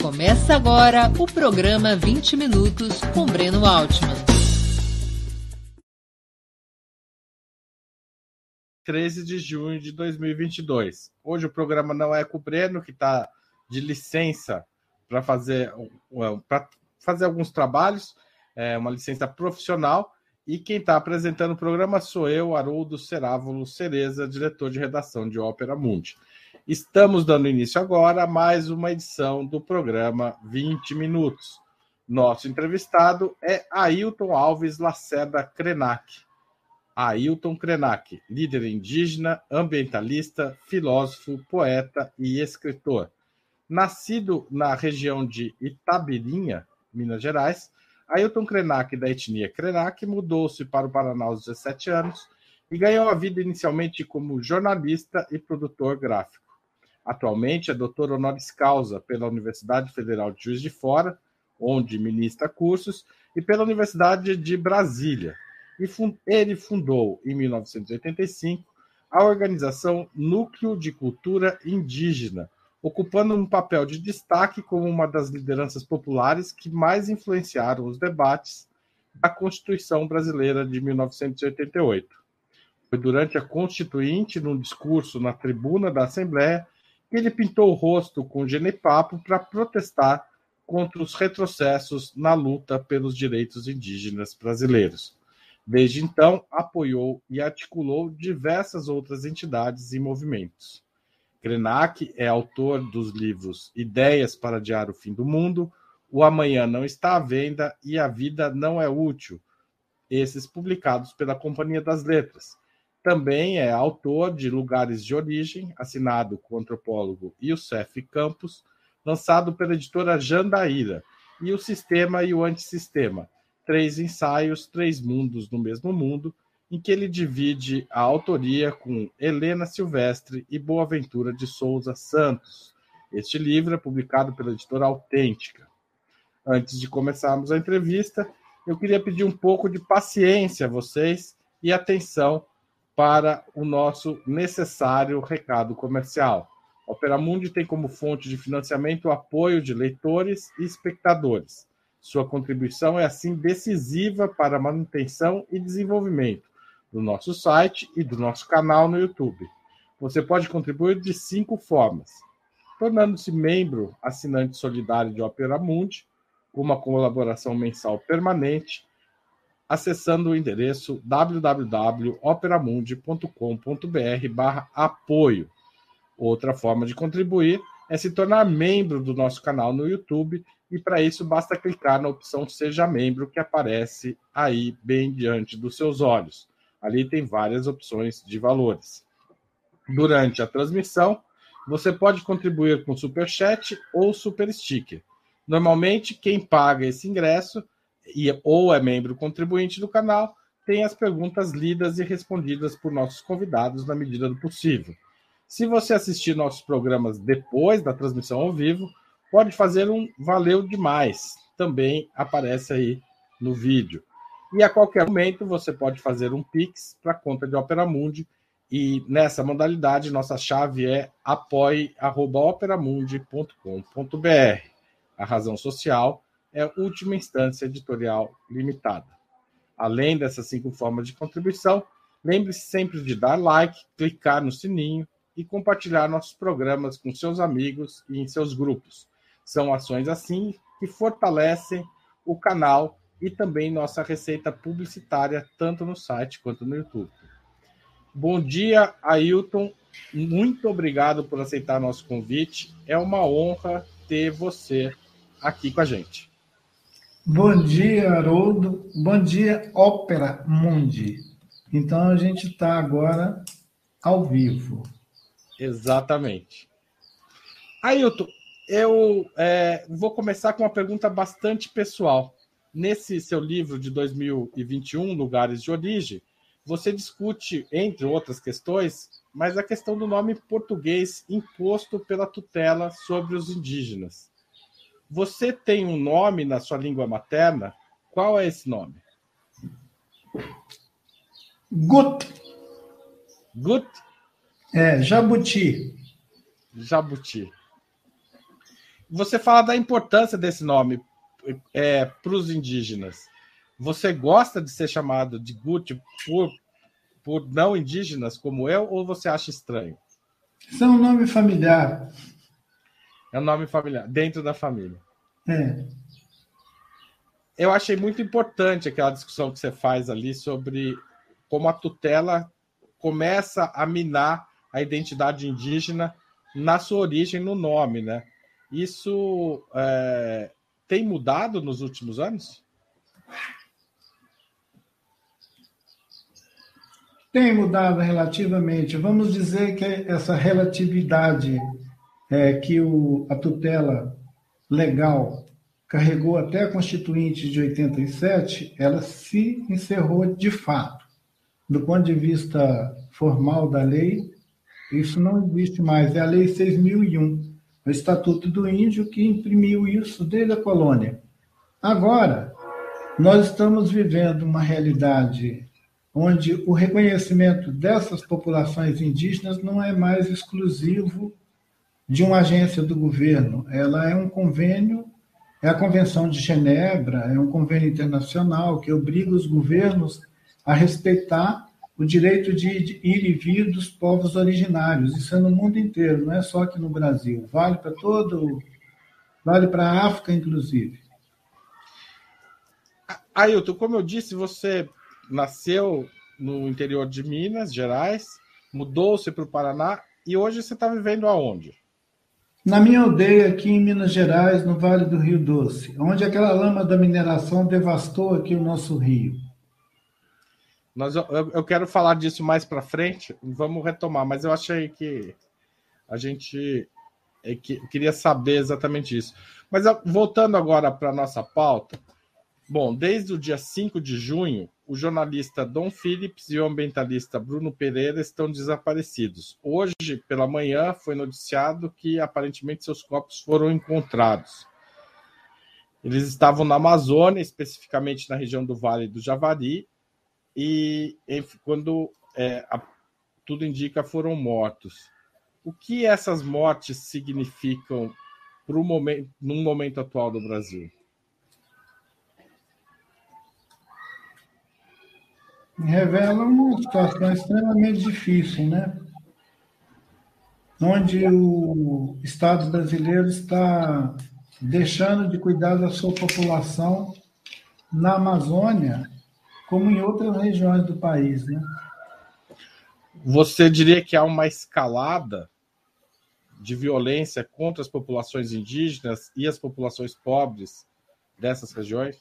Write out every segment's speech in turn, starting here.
Começa agora o programa 20 Minutos com Breno Altman. 13 de junho de 2022. Hoje o programa não é com o Breno, que está de licença para fazer alguns trabalhos, uma licença profissional, e quem está apresentando o programa sou eu, Haroldo Cerávulo Cereza, diretor de redação de Ópera Mundi. Estamos dando início agora a mais uma edição do programa 20 Minutos. Nosso entrevistado é Ailton Alves Lacerda Krenak. Ailton Krenak, líder indígena, ambientalista, filósofo, poeta e escritor. Nascido na região de Itabirinha, Minas Gerais, Ailton Krenak, da etnia Krenak, mudou-se para o Paraná aos 17 anos e ganhou a vida inicialmente como jornalista e produtor gráfico. Atualmente é doutor honoris causa pela Universidade Federal de Juiz de Fora, onde ministra cursos, e pela Universidade de Brasília. Ele fundou, em 1985, a organização Núcleo de Cultura Indígena, ocupando um papel de destaque como uma das lideranças populares que mais influenciaram os debates da Constituição Brasileira de 1988. Foi durante a Constituinte, num discurso na tribuna da Assembleia, que ele pintou o rosto com genipapo para protestar contra os retrocessos na luta pelos direitos indígenas brasileiros. Desde então, apoiou e articulou diversas outras entidades e movimentos. Krenak é autor dos livros Ideias para Adiar o Fim do Mundo, O Amanhã Não Está à Venda e A Vida Não é Útil, esses publicados pela Companhia das Letras. Também é autor de Lugares de Origem, assinado com o antropólogo Youssef Campos, lançado pela editora Jandaíra, e O Sistema e o Antissistema, 3 ensaios, 3 mundos no mesmo mundo, em que ele divide a autoria com Helena Silvestre e Boaventura de Souza Santos. Este livro é publicado pela editora Autêntica. Antes de começarmos a entrevista, eu queria pedir um pouco de paciência a vocês e atenção para o nosso necessário recado comercial. A Ópera Mundi tem como fonte de financiamento o apoio de leitores e espectadores. Sua contribuição é, assim, decisiva para a manutenção e desenvolvimento do nosso site e do nosso canal no YouTube. Você pode contribuir de 5 formas: tornando-se membro assinante solidário de Ópera Mundi, com uma colaboração mensal permanente, acessando o endereço www.operamundi.com.br/apoio. Outra forma de contribuir é se tornar membro do nosso canal no YouTube, e para isso basta clicar na opção Seja Membro, que aparece aí bem diante dos seus olhos. Ali tem várias opções de valores. Durante a transmissão, você pode contribuir com Superchat ou Super Sticker. Normalmente, quem paga esse ingresso ou é membro contribuinte do canal tem as perguntas lidas e respondidas por nossos convidados na medida do possível. Se você assistir nossos programas depois da transmissão ao vivo, pode fazer um Valeu Demais, também aparece aí no vídeo. E a qualquer momento você pode fazer um Pix para a conta de Ópera Mundi, e nessa modalidade nossa chave é apoie@operamundi.com.br. A razão social é Última Instância Editorial Limitada. Além dessas 5 formas de contribuição, lembre-se sempre de dar like, clicar no sininho e compartilhar nossos programas com seus amigos e em seus grupos. São ações assim que fortalecem o canal e também nossa receita publicitária, tanto no site quanto no YouTube. Bom dia, Ailton. Muito obrigado por aceitar nosso convite. É uma honra ter você aqui com a gente. Bom dia, Haroldo. Bom dia, Ópera Mundi. Então a gente está agora ao vivo. Exatamente. Ailton, eu vou começar com uma pergunta bastante pessoal. Nesse seu livro de 2021, Lugares de Origem, você discute, entre outras questões, mas a questão do nome português imposto pela tutela sobre os indígenas. Você tem um nome na sua língua materna? Qual é esse nome? Gut. Gut? Jabuti. Jabuti. Você fala da importância desse nome para os indígenas. Você gosta de ser chamado de Guti por não indígenas como eu, ou você acha estranho? Isso é um nome familiar. É um nome familiar, dentro da família. É. Eu achei muito importante aquela discussão que você faz ali sobre como a tutela começa a minar a identidade indígena na sua origem, no nome, né? Isso tem mudado nos últimos anos? Tem mudado relativamente. Vamos dizer que essa relatividade que a tutela legal carregou até a Constituinte de 87, ela se encerrou de fato. Do ponto de vista formal da lei, isso não existe mais. É a Lei 6.001, o Estatuto do Índio, que imprimiu isso desde a colônia. Agora, nós estamos vivendo uma realidade onde o reconhecimento dessas populações indígenas não é mais exclusivo de uma agência do governo. Ela é um convênio, é a Convenção de Genebra, é um convênio internacional que obriga os governos a respeitar o direito de ir e vir dos povos originários. Isso é no mundo inteiro, não é só aqui no Brasil. Vale para a África, inclusive. Ailton, como eu disse, você nasceu no interior de Minas Gerais, mudou-se para o Paraná e hoje você está vivendo aonde? Na minha aldeia aqui em Minas Gerais, no Vale do Rio Doce, onde aquela lama da mineração devastou aqui o nosso rio. Eu quero falar disso mais para frente, vamos retomar, mas eu achei que a gente queria saber exatamente isso. Mas voltando agora para a nossa pauta, bom, desde o dia 5 de junho, o jornalista Dom Phillips e o ambientalista Bruno Pereira estão desaparecidos. Hoje, pela manhã, foi noticiado que aparentemente seus corpos foram encontrados. Eles estavam na Amazônia, especificamente na região do Vale do Javari, e quando tudo indica, foram mortos. O que essas mortes significam num momento atual do Brasil? Revela uma situação extremamente difícil, né? Onde o Estado brasileiro está deixando de cuidar da sua população na Amazônia, como em outras regiões do país, né? Você diria que há uma escalada de violência contra as populações indígenas e as populações pobres dessas regiões?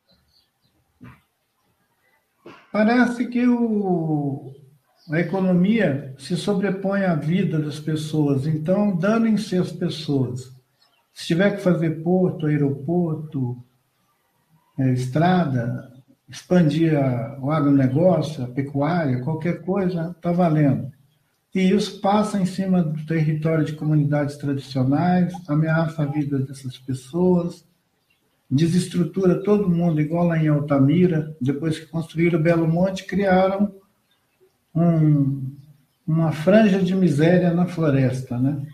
Parece que a economia se sobrepõe à vida das pessoas, então danem-se as pessoas. Se tiver que fazer porto, aeroporto, estrada, expandir o agronegócio, a pecuária, qualquer coisa, está valendo. E isso passa em cima do território de comunidades tradicionais, ameaça a vida dessas pessoas, desestrutura todo mundo, igual lá em Altamira. Depois que construíram Belo Monte, criaram uma franja de miséria na floresta, né?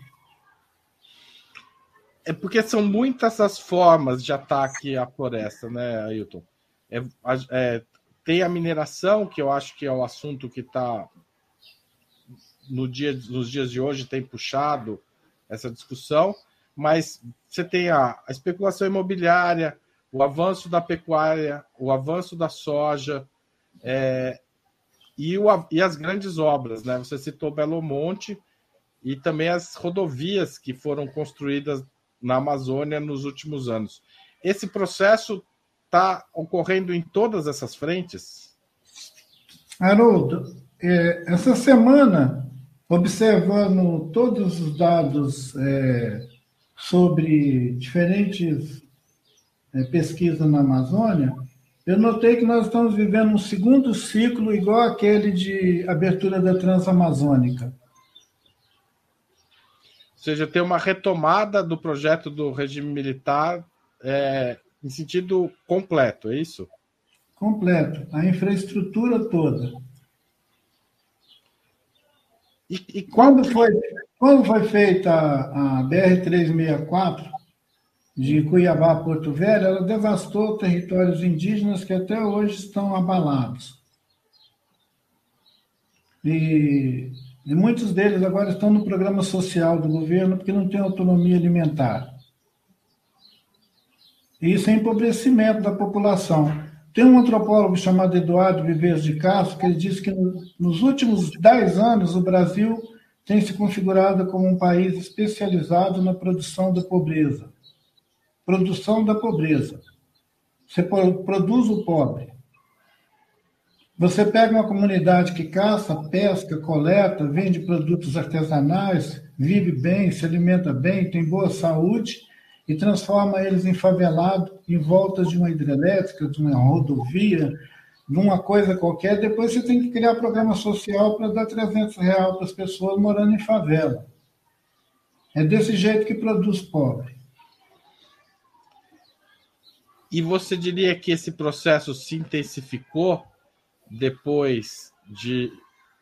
É porque são muitas as formas de ataque à floresta, né, Ailton? Tem a mineração, que eu acho que é o assunto que está nos dias de hoje tem puxado essa discussão, mas você tem a especulação imobiliária, o avanço da pecuária, o avanço da soja e as grandes obras, né? Você citou Belo Monte e também as rodovias que foram construídas na Amazônia nos últimos anos. Esse processo está ocorrendo em todas essas frentes? Haroldo, essa semana, observando todos os dados sobre diferentes pesquisas na Amazônia, eu notei que nós estamos vivendo um segundo ciclo igual aquele de abertura da Transamazônica. Ou seja, tem uma retomada do projeto do regime militar em sentido completo, é isso? Completo, a infraestrutura toda. Quando foi feita a BR-364, de Cuiabá a Porto Velho, ela devastou territórios indígenas que até hoje estão abalados. E muitos deles agora estão no programa social do governo porque não tem autonomia alimentar. E isso é empobrecimento da população. Tem um antropólogo chamado Eduardo Viveiros de Castro que ele diz que nos últimos 10 anos o Brasil tem se configurado como um país especializado na produção da pobreza. Produção da pobreza. Você produz o pobre. Você pega uma comunidade que caça, pesca, coleta, vende produtos artesanais, vive bem, se alimenta bem, tem boa saúde e transforma eles em favelado, em volta de uma hidrelétrica, de uma rodovia, de uma coisa qualquer. Depois você tem que criar programa social para dar R$300 para as pessoas morando em favela. É desse jeito que produz pobre. E você diria que esse processo se intensificou depois de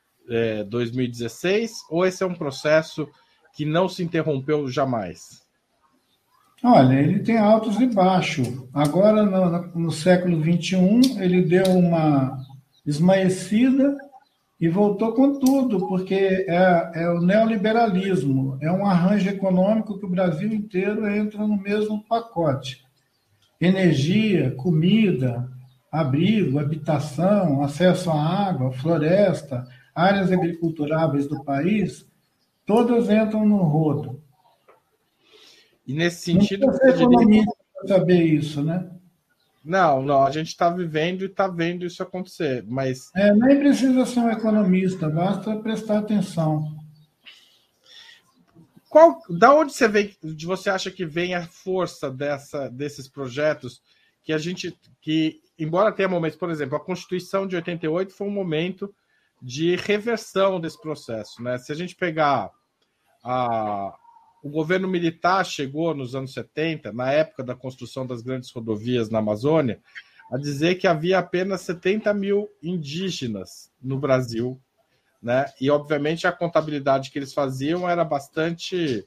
2016, ou esse é um processo que não se interrompeu jamais? Olha, ele tem altos e baixos. Agora, no século XXI, ele deu uma esmaecida e voltou com tudo, porque é o neoliberalismo, é um arranjo econômico que o Brasil inteiro entra no mesmo pacote. Energia, comida, abrigo, habitação, acesso à água, floresta, áreas agriculturáveis do país, todas entram no rodo. E nesse sentido... Não precisa ser economista para saber isso, né? Não, a gente está vivendo e está vendo isso acontecer, mas... Nem precisa ser um economista, basta prestar atenção. Da onde você acha que vem a força desses projetos que, embora tenha momentos, por exemplo, a Constituição de 88 foi um momento de reversão desse processo, né? Se a gente pegar o governo militar chegou nos anos 70, na época da construção das grandes rodovias na Amazônia, a dizer que havia apenas 70 mil indígenas no Brasil, né? E, obviamente, a contabilidade que eles faziam era bastante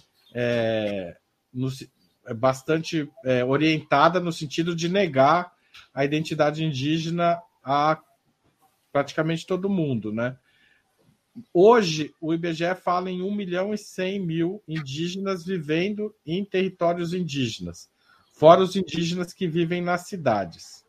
orientada no sentido de negar a identidade indígena a praticamente todo mundo, né? Hoje, o IBGE fala em 1.100.000 indígenas vivendo em territórios indígenas, fora os indígenas que vivem nas cidades.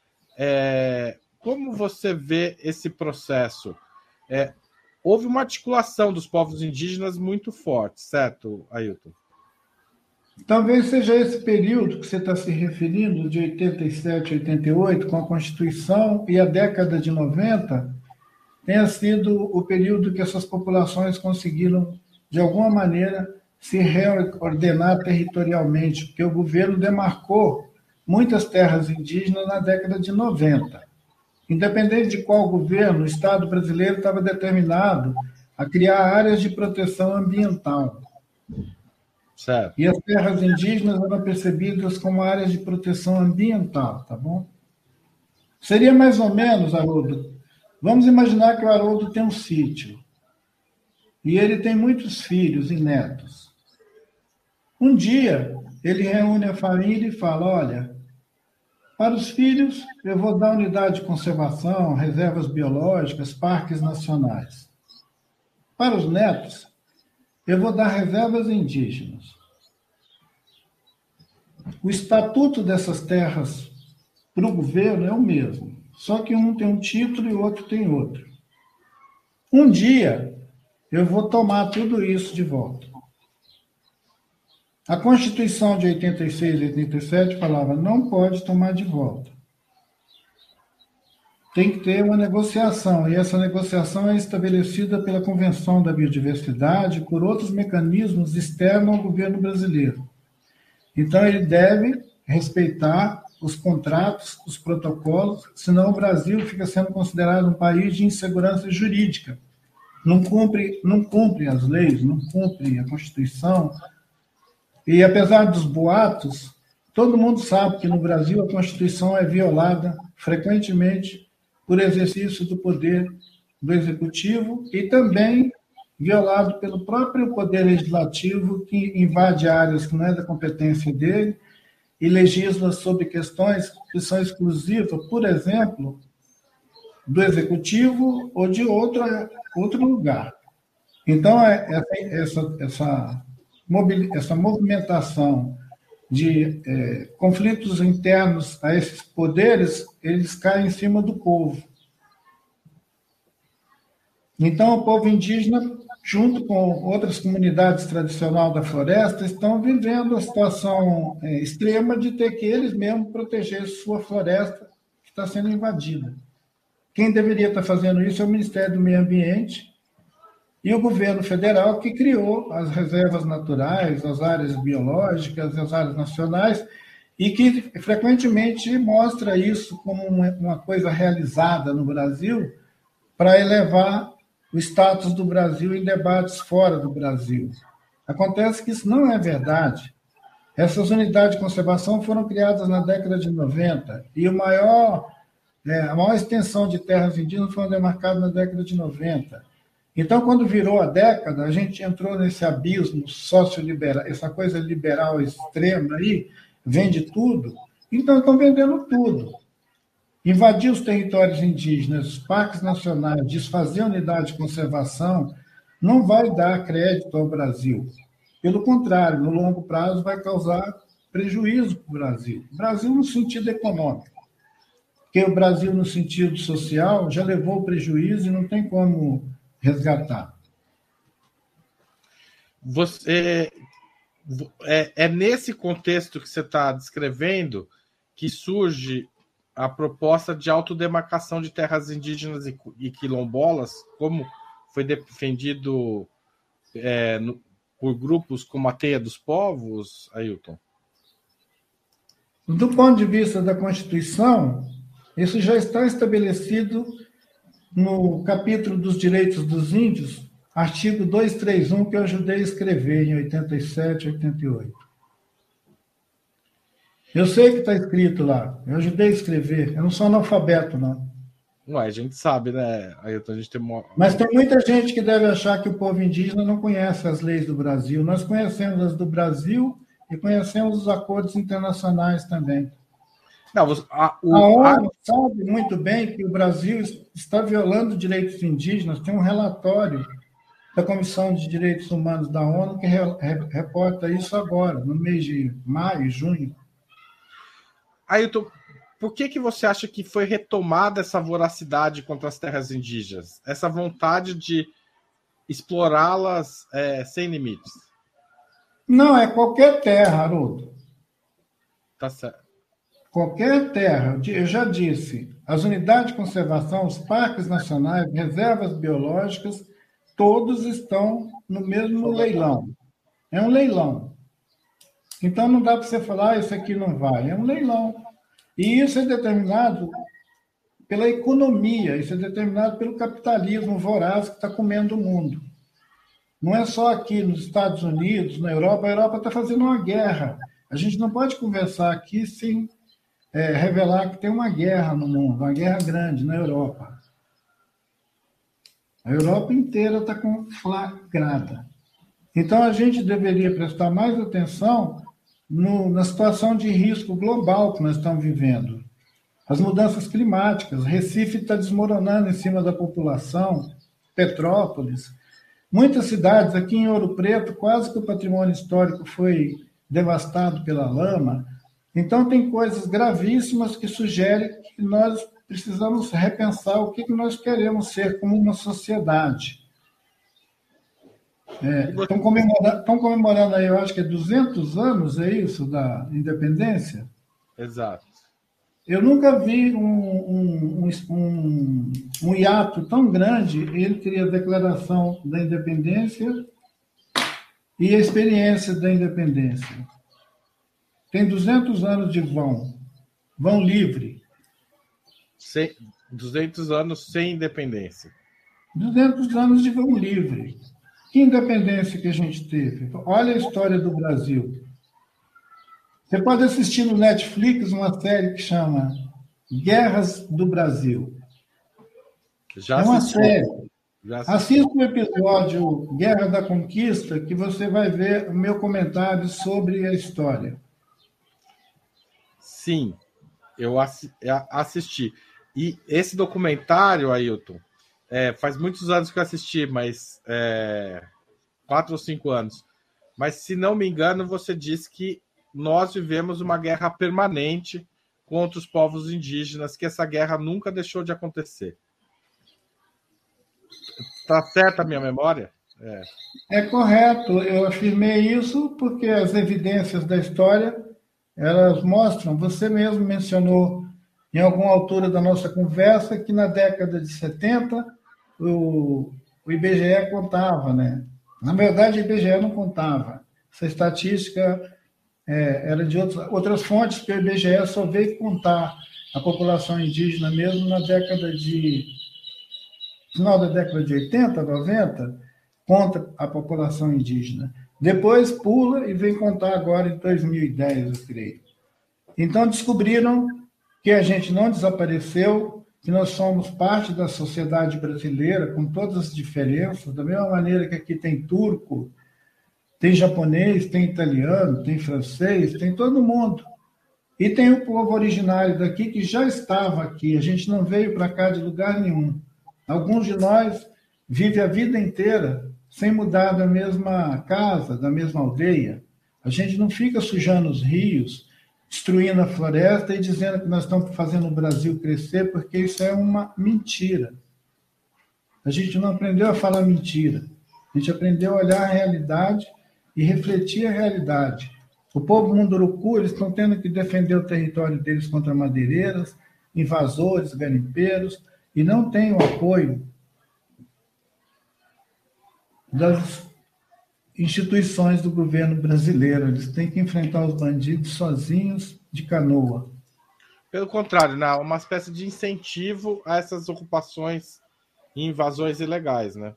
Como você vê esse processo? Houve uma articulação dos povos indígenas muito forte, certo, Ailton? Talvez seja esse período que você está se referindo, de 87 a 88, com a Constituição, e a década de 90, tenha sido o período que essas populações conseguiram, de alguma maneira, se reordenar territorialmente, porque o governo demarcou muitas terras indígenas na década de 90. Independente de qual governo, o Estado brasileiro estava determinado a criar áreas de proteção ambiental. Certo. E as terras indígenas eram percebidas como áreas de proteção ambiental, tá bom? Seria mais ou menos, Haroldo, vamos imaginar que o Haroldo tem um sítio e ele tem muitos filhos e netos. Um dia, ele reúne a família e fala, olha, para os filhos, eu vou dar unidade de conservação, reservas biológicas, parques nacionais. Para os netos, eu vou dar reservas indígenas. O estatuto dessas terras para o governo é o mesmo, só que um tem um título e o outro tem outro. Um dia, eu vou tomar tudo isso de volta. A Constituição de 86 e 87 falava, não pode tomar de volta. Tem que ter uma negociação, e essa negociação é estabelecida pela Convenção da Biodiversidade, por outros mecanismos externos ao governo brasileiro. Então, ele deve respeitar os contratos, os protocolos, senão o Brasil fica sendo considerado um país de insegurança jurídica. Não cumpre as leis, não cumpre a Constituição. E, apesar dos boatos, todo mundo sabe que no Brasil a Constituição é violada frequentemente por exercício do poder do Executivo e também violado pelo próprio Poder Legislativo, que invade áreas que não é da competência dele e legisla sobre questões que são exclusivas, por exemplo, do Executivo ou de outro lugar. Então, essa movimentação de conflitos internos a esses poderes, eles caem em cima do povo. Então, o povo indígena, junto com outras comunidades tradicionais da floresta, estão vivendo a situação extrema de ter que eles mesmos proteger sua floresta que está sendo invadida. Quem deveria estar fazendo isso é o Ministério do Meio Ambiente e o governo federal, que criou as reservas naturais, as áreas biológicas, as áreas nacionais, e que frequentemente mostra isso como uma coisa realizada no Brasil para elevar o status do Brasil em debates fora do Brasil. Acontece que isso não é verdade. Essas unidades de conservação foram criadas na década de 90 e a maior extensão de terras indígenas foi demarcada na década de 90. Então, quando virou a década, a gente entrou nesse abismo socioliberal, essa coisa liberal extrema aí, vende tudo, então estão vendendo tudo. Invadir os territórios indígenas, os parques nacionais, desfazer a unidade de conservação, não vai dar crédito ao Brasil. Pelo contrário, no longo prazo vai causar prejuízo para o Brasil. O Brasil no sentido econômico. Porque o Brasil, no sentido social, já levou o prejuízo e não tem como resgatar. É nesse contexto que você está descrevendo que surge a proposta de autodemarcação de terras indígenas e quilombolas, como foi defendido por grupos como a Teia dos Povos, Ailton? Do ponto de vista da Constituição, isso já está estabelecido no capítulo dos direitos dos índios, artigo 231, que eu ajudei a escrever em 87, 88. Eu sei que está escrito lá, eu ajudei a escrever, eu não sou analfabeto, não. Ué, a gente sabe, né, Ailton? A gente tem uma... Mas tem muita gente que deve achar que o povo indígena não conhece as leis do Brasil. Nós conhecemos as do Brasil e conhecemos os acordos internacionais também. Não, a ONU sabe muito bem que o Brasil está violando direitos indígenas. Tem um relatório da Comissão de Direitos Humanos da ONU que reporta isso agora, no mês de maio, junho. Ailton, por que você acha que foi retomada essa voracidade contra as terras indígenas? Essa vontade de explorá-las sem limites? Não, é qualquer terra, Haroldo. Tá certo. Qualquer terra, eu já disse, as unidades de conservação, os parques nacionais, reservas biológicas, todos estão no mesmo leilão. É um leilão. Então não dá para você falar, isso aqui não vai. É um leilão. E isso é determinado pela economia, isso é determinado pelo capitalismo voraz que está comendo o mundo. Não é só aqui nos Estados Unidos, na Europa. A Europa está fazendo uma guerra. A gente não pode conversar aqui sem revelar que tem uma guerra no mundo, uma guerra grande na Europa. A Europa inteira está conflagrada. Então, a gente deveria prestar mais atenção na situação de risco global que nós estamos vivendo. As mudanças climáticas, Recife está desmoronando em cima da população, Petrópolis. Muitas cidades, aqui em Ouro Preto, quase que o patrimônio histórico foi devastado pela lama. Então, tem coisas gravíssimas que sugerem que nós precisamos repensar o que nós queremos ser como uma sociedade. Estão comemorando aí, eu acho que 200 anos, é isso, da independência? Exato. Eu nunca vi um hiato tão grande entre a declaração da independência e a experiência da independência. Tem 200 anos de vão livre. 200 anos sem independência. 200 anos de vão livre. Que independência que a gente teve? Olha a história do Brasil. Você pode assistir no Netflix uma série que chama Guerras do Brasil. Já é uma assisti. série. Já Assista o episódio Guerra da Conquista, que você vai ver o meu comentário sobre a história. Sim, eu assisti. E esse documentário, Ailton, faz muitos anos que eu assisti, mas 4 ou 5 anos. Mas, se não me engano, você disse que nós vivemos uma guerra permanente contra os povos indígenas, que essa guerra nunca deixou de acontecer. Está certa a minha memória? É correto, eu afirmei isso porque as evidências da história, elas mostram, você mesmo mencionou em alguma altura da nossa conversa, que na década de 70 o IBGE contava, né? Na verdade, o IBGE não contava. Essa estatística era de outras fontes, que o IBGE só veio contar a população indígena mesmo na década de final da década de 80, 90, conta a população indígena. Depois pula e vem contar agora em 2010, eu creio. Então descobriram que a gente não desapareceu, que nós somos parte da sociedade brasileira, com todas as diferenças, da mesma maneira que aqui tem turco, tem japonês, tem italiano, tem francês, tem todo mundo. E tem o povo originário daqui que já estava aqui, a gente não veio para cá de lugar nenhum. Alguns de nós vivem a vida inteira sem mudar da mesma casa, da mesma aldeia. A gente não fica sujando os rios, destruindo a floresta e dizendo que nós estamos fazendo o Brasil crescer, porque isso é uma mentira. A gente não aprendeu a falar mentira. A gente aprendeu a olhar a realidade e refletir a realidade. O povo Munduruku, eles estão tendo que defender o território deles contra madeireiras, invasores, garimpeiros, e não tem o apoio das instituições do governo brasileiro. Eles têm que enfrentar os bandidos sozinhos, de canoa. Pelo contrário, né? Uma espécie de incentivo a essas ocupações e invasões ilegais, né?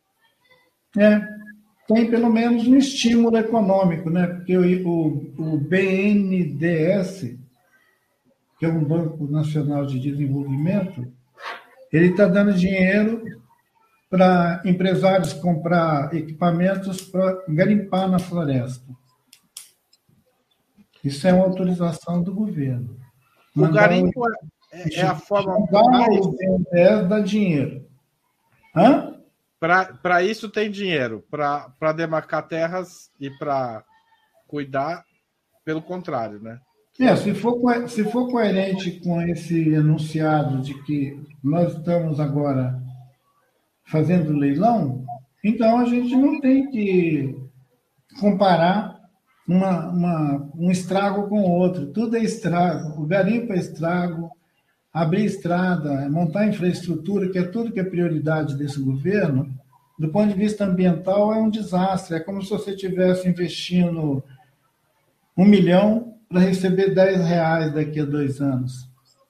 Tem pelo menos um estímulo econômico, né? Porque o BNDES, que é um Banco Nacional de Desenvolvimento, ele está dando dinheiro para empresários comprar equipamentos para garimpar na floresta. Isso é uma autorização do governo. O garimpo é a forma mais... O BNDES dá dinheiro. Hã? Para isso tem dinheiro, para demarcar terras e para cuidar, pelo contrário, né? Se for coerente com esse enunciado de que nós estamos agora fazendo leilão, então a gente não tem que comparar um estrago com o outro. Tudo é estrago. O garimpo é estrago, abrir estrada, montar infraestrutura, que é tudo que é prioridade desse governo, do ponto de vista ambiental, é um desastre. É como se você estivesse investindo 1 milhão para receber R$10 daqui a 2 anos.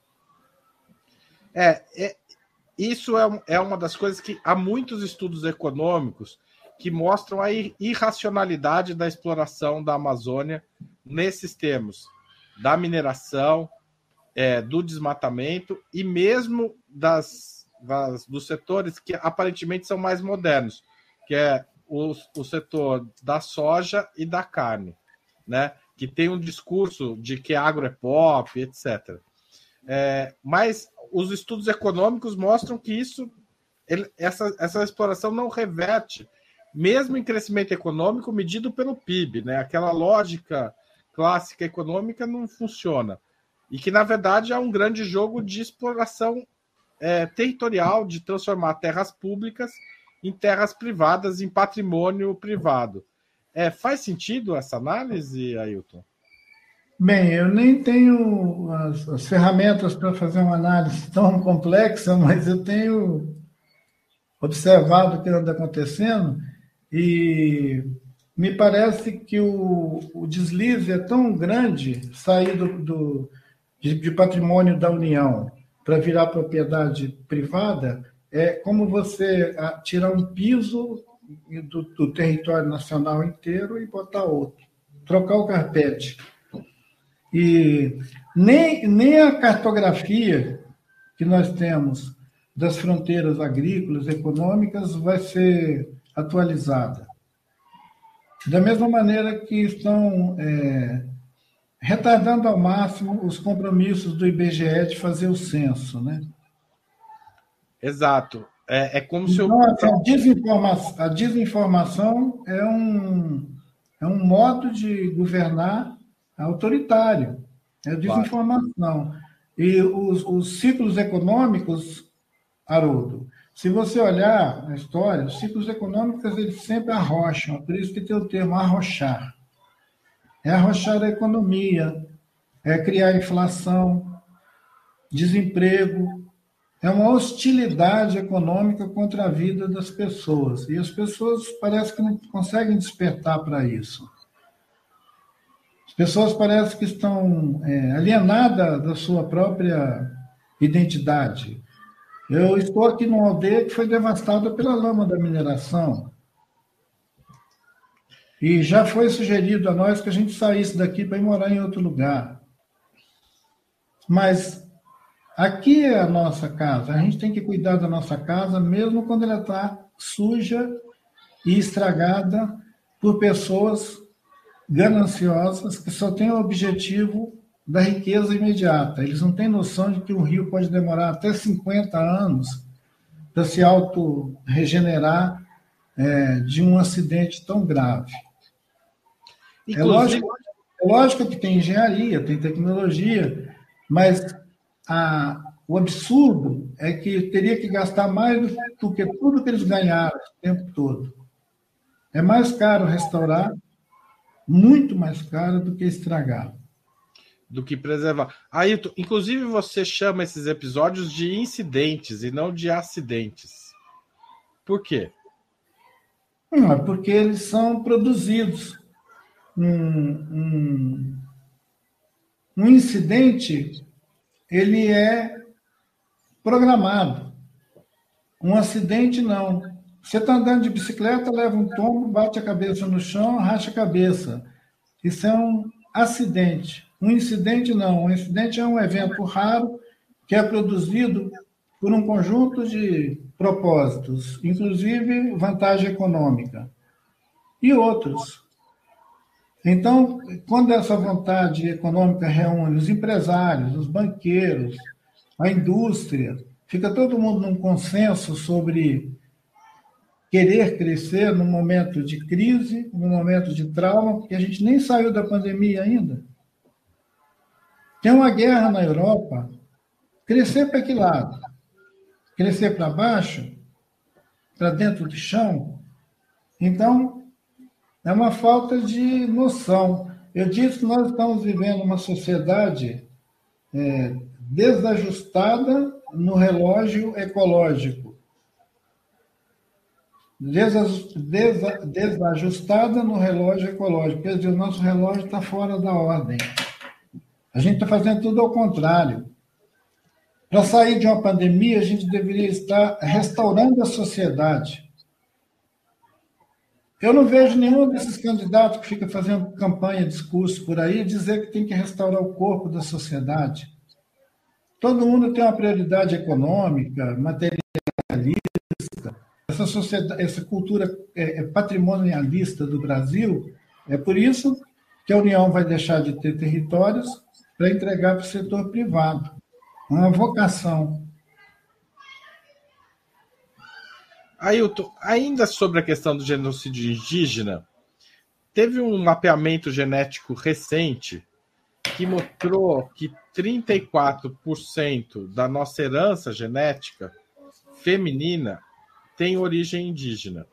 Isso é uma das coisas que há muitos estudos econômicos que mostram a irracionalidade da exploração da Amazônia nesses termos, da mineração, do desmatamento e mesmo dos setores que aparentemente são mais modernos, que é o setor da soja e da carne, né? Que tem um discurso de que agro é pop, etc. Mas os estudos econômicos mostram que essa exploração não reverte, mesmo em crescimento econômico medido pelo PIB, né? Aquela lógica clássica econômica não funciona. E que, na verdade, é um grande jogo de exploração territorial, de transformar terras públicas em terras privadas, em patrimônio privado. Faz sentido essa análise, Ailton? Bem, eu nem tenho as ferramentas para fazer uma análise tão complexa, mas eu tenho observado o que anda acontecendo e me parece que o deslize é tão grande sair de patrimônio da União para virar propriedade privada, é como você tirar um piso do território nacional inteiro e botar outro, trocar o carpete. E nem a cartografia que nós temos das fronteiras agrícolas, econômicas, vai ser atualizada. Da mesma maneira que estão retardando ao máximo os compromissos do IBGE de fazer o censo, né? Exato. É como se então, a desinformação é um modo de governar autoritário, é a desinformação. Claro. E os ciclos econômicos, Haroldo, se você olhar a história, os ciclos econômicos eles sempre arrocham, por isso que tem o termo arrochar. É arrochar a economia, é criar inflação, desemprego, é uma hostilidade econômica contra a vida das pessoas. E as pessoas parece que não conseguem despertar para isso. As pessoas parecem que estão alienadas da sua própria identidade. Eu estou aqui numa aldeia que foi devastada pela lama da mineração. E já foi sugerido a nós que a gente saísse daqui para ir morar em outro lugar. Mas aqui é a nossa casa. A gente tem que cuidar da nossa casa, mesmo quando ela está suja e estragada por pessoas gananciosas que só têm o objetivo da riqueza imediata. Eles não têm noção de que um rio pode demorar até 50 anos para se auto-regenerar de um acidente tão grave. Inclusive... É lógico que tem engenharia, tem tecnologia, mas o absurdo é que teria que gastar mais do que tudo que eles ganharam o tempo todo. É mais caro restaurar, muito mais caro do que estragar. Do que preservar. Ailton, inclusive você chama esses episódios de incidentes e não de acidentes. Por quê? Porque eles são produzidos. Um incidente, ele é programado. Um acidente, não. Você está andando de bicicleta, leva um tombo, bate a cabeça no chão, racha a cabeça. Isso é um acidente. Um incidente, não. Um incidente é um evento raro que é produzido por um conjunto de propósitos, inclusive vantagem econômica, e outros. Então, quando essa vontade econômica reúne os empresários, os banqueiros, a indústria, fica todo mundo num consenso sobre querer crescer num momento de crise, num momento de trauma, porque a gente nem saiu da pandemia ainda. Tem uma guerra na Europa. Crescer para que lado? Crescer para baixo? Para dentro do chão? Então, é uma falta de noção. Eu disse que nós estamos vivendo uma sociedade desajustada no relógio ecológico. Desajustada no relógio ecológico. Quer dizer, o nosso relógio está fora da ordem. A gente está fazendo tudo ao contrário. Para sair de uma pandemia, a gente deveria estar restaurando a sociedade. Eu não vejo nenhum desses candidatos que fica fazendo campanha, discurso por aí, dizer que tem que restaurar o corpo da sociedade. Todo mundo tem uma prioridade econômica, materialista. Essa sociedade, essa cultura patrimonialista do Brasil, é por isso que a União vai deixar de ter territórios para entregar para o setor privado. Uma vocação. Ailton, ainda sobre a questão do genocídio indígena, teve um mapeamento genético recente que mostrou que 34% da nossa herança genética feminina tem origem indígena.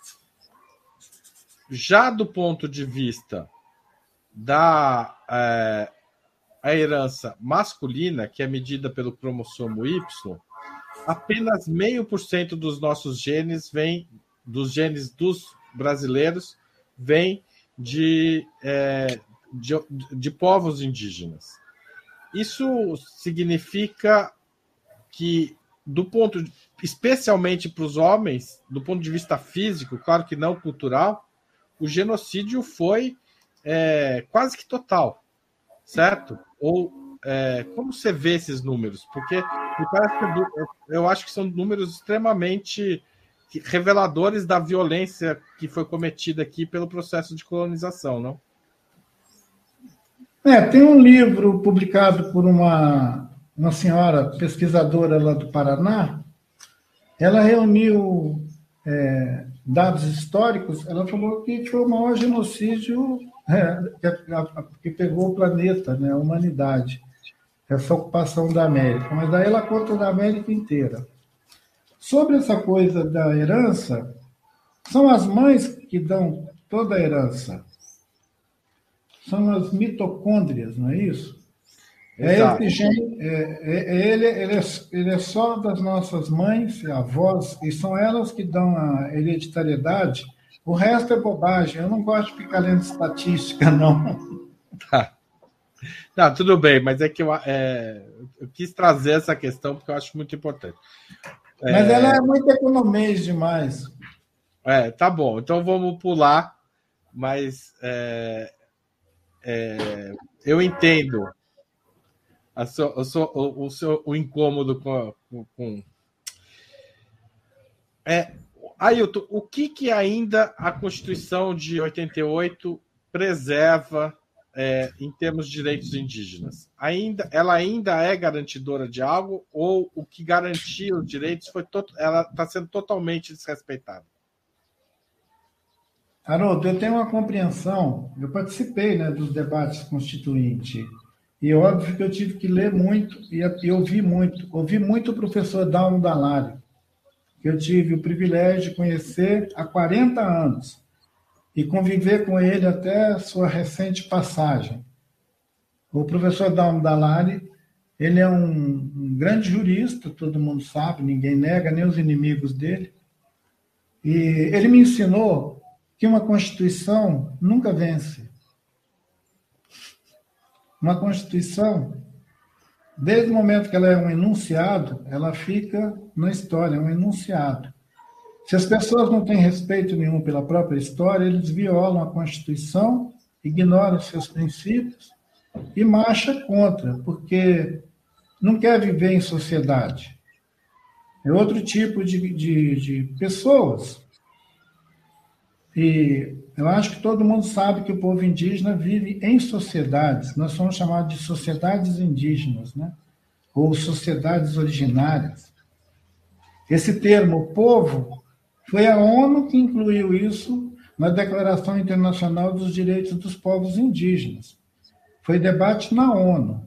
Já do ponto de vista da a herança masculina, que é medida pelo cromossomo Y, apenas 0,5% dos nossos genes vem dos genes dos brasileiros vem de povos indígenas. Isso significa que, especialmente para os homens, do ponto de vista físico, claro que não cultural, o genocídio foi quase que total, certo? Ou como você vê esses números? Porque me parece que eu acho que são números extremamente reveladores da violência que foi cometida aqui pelo processo de colonização, não? Tem um livro publicado por uma senhora pesquisadora lá do Paraná. Ela reuniu dados históricos. Ela falou que foi o maior genocídio que pegou o planeta, né, a humanidade, essa ocupação da América. Mas daí ela conta da América inteira. Sobre essa coisa da herança, são as mães que dão toda a herança. São as mitocôndrias, não é isso? Exato. Ele é só das nossas mães, avós, e são elas que dão a hereditariedade. O resto é bobagem. Eu não gosto de ficar lendo estatística, não. Tá. Não, tudo bem, mas é que eu quis trazer essa questão porque eu acho muito importante. Mas ela é muito economês demais. Tá bom. Então vamos pular, mas eu entendo o incômodo com... Ailton, o que ainda a Constituição de 88 preserva em termos de direitos indígenas? Ela ainda é garantidora de algo ou o que garantia os direitos ela está sendo totalmente desrespeitada? Haroldo, eu tenho uma compreensão, eu participei, né, dos debates constituintes, e óbvio que eu tive que ler muito e ouvir muito o professor Dalmo Dallario, que eu tive o privilégio de conhecer há 40 anos e conviver com ele até a sua recente passagem. O professor Dalmo Dallario, ele é um grande jurista, todo mundo sabe, ninguém nega, nem os inimigos dele, e ele me ensinou que uma Constituição nunca vence. Uma Constituição, desde o momento que ela é um enunciado, ela fica na história, é um enunciado. Se as pessoas não têm respeito nenhum pela própria história, eles violam a Constituição, ignoram seus princípios e marcham contra, porque não quer viver em sociedade. É outro tipo de pessoas. E eu acho que todo mundo sabe que o povo indígena vive em sociedades. Nós somos chamados de sociedades indígenas, né? Ou sociedades originárias. Esse termo povo foi a ONU que incluiu isso na Declaração Internacional dos Direitos dos Povos Indígenas. Foi debate na ONU.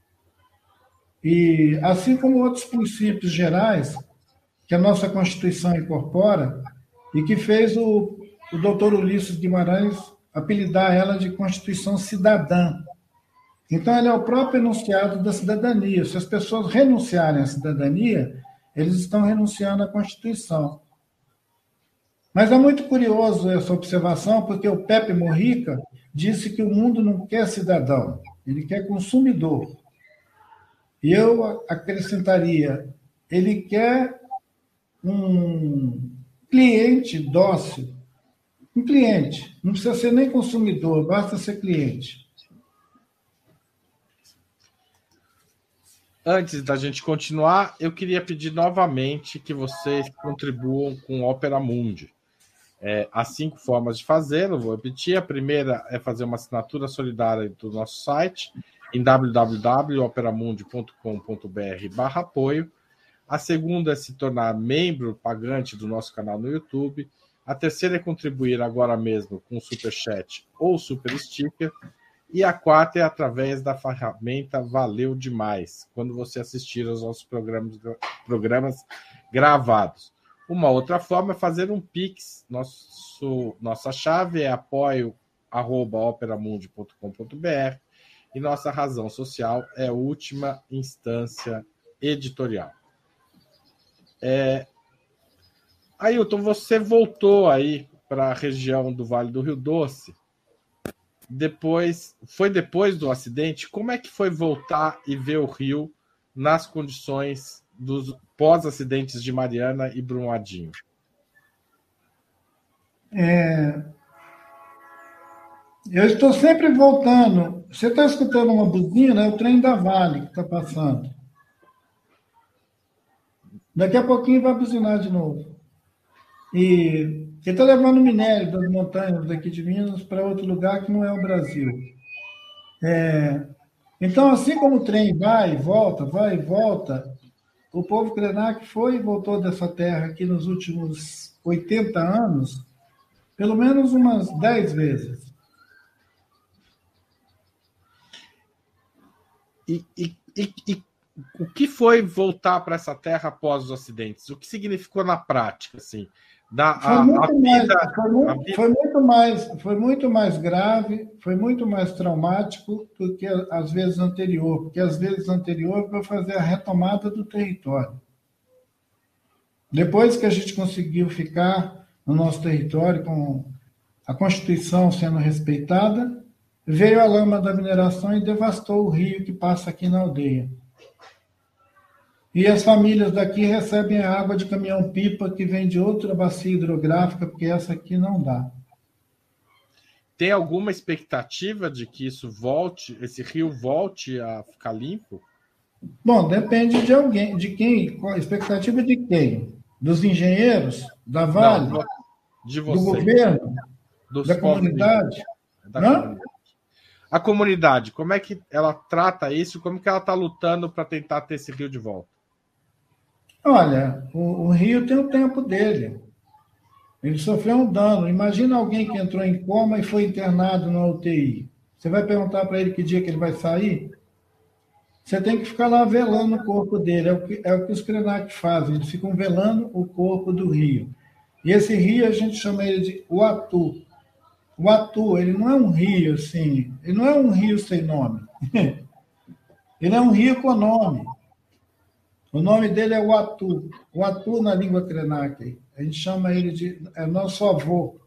E assim como outros princípios gerais que a nossa Constituição incorpora e que fez o doutor Ulisses Guimarães apelidar ela de Constituição Cidadã. Então, ela é o próprio enunciado da cidadania. Se as pessoas renunciarem à cidadania, eles estão renunciando à Constituição. Mas é muito curioso essa observação, porque o Pepe Mujica disse que o mundo não quer cidadão, ele quer consumidor. E eu acrescentaria, ele quer um cliente dócil. Um cliente. Não precisa ser nem consumidor, basta ser cliente. Antes da gente continuar, eu queria pedir novamente que vocês contribuam com o Opera Mundi. Há 5 formas de fazê-lo, vou repetir. A primeira é fazer uma assinatura solidária do nosso site, em www.operamundi.com.br/apoio. A segunda é se tornar membro pagante do nosso canal no YouTube. A terceira é contribuir agora mesmo com o Superchat ou Super Sticker. E a quarta é através da ferramenta Valeu Demais, quando você assistir aos nossos programas gravados. Uma outra forma é fazer um Pix. Nossa chave é apoio@operamundi.com.br e nossa razão social é Última Instância Editorial. Ailton, você voltou aí para a região do Vale do Rio Doce. Foi depois do acidente? Como é que foi voltar e ver o Rio nas condições dos pós-acidentes de Mariana e Brumadinho? Eu estou sempre voltando. Você está escutando uma buzina, é o trem da Vale que está passando. Daqui a pouquinho vai buzinar de novo. E ele está levando minério das montanhas daqui de Minas para outro lugar que não é o Brasil. Então, assim como o trem vai e volta, o povo Krenak foi e voltou dessa terra aqui nos últimos 80 anos, pelo menos umas 10 vezes. E o que foi voltar para essa terra após os acidentes? O que significou na prática, assim? Foi muito mais grave, foi muito mais traumático do que as vezes anteriores, porque as vezes anteriores foi fazer a retomada do território. Depois que a gente conseguiu ficar no nosso território com a Constituição sendo respeitada, veio a lama da mineração e devastou o rio que passa aqui na aldeia. E as famílias daqui recebem a água de caminhão-pipa que vem de outra bacia hidrográfica, porque essa aqui não dá. Tem alguma expectativa de que isso volte, esse rio volte a ficar limpo? Bom, depende de alguém, de quem, a expectativa de quem? Dos engenheiros, da Vale, não, de do governo, da comunidade? A comunidade, como é que ela trata isso? Como que ela está lutando para tentar ter esse rio de volta? Olha, o rio tem o tempo dele. Ele sofreu um dano. Imagina alguém que entrou em coma e foi internado na UTI. Você vai perguntar para ele que dia que ele vai sair? Você tem que ficar lá velando o corpo dele. É o que os Krenak fazem. Eles ficam velando o corpo do rio. E esse rio a gente chama ele de Uatu. O Atu, ele não é um rio assim, ele não é um rio sem nome. Ele é um rio com nome. O nome dele é Uatu. Uatu na língua Krenak. A gente chama ele de nosso avô.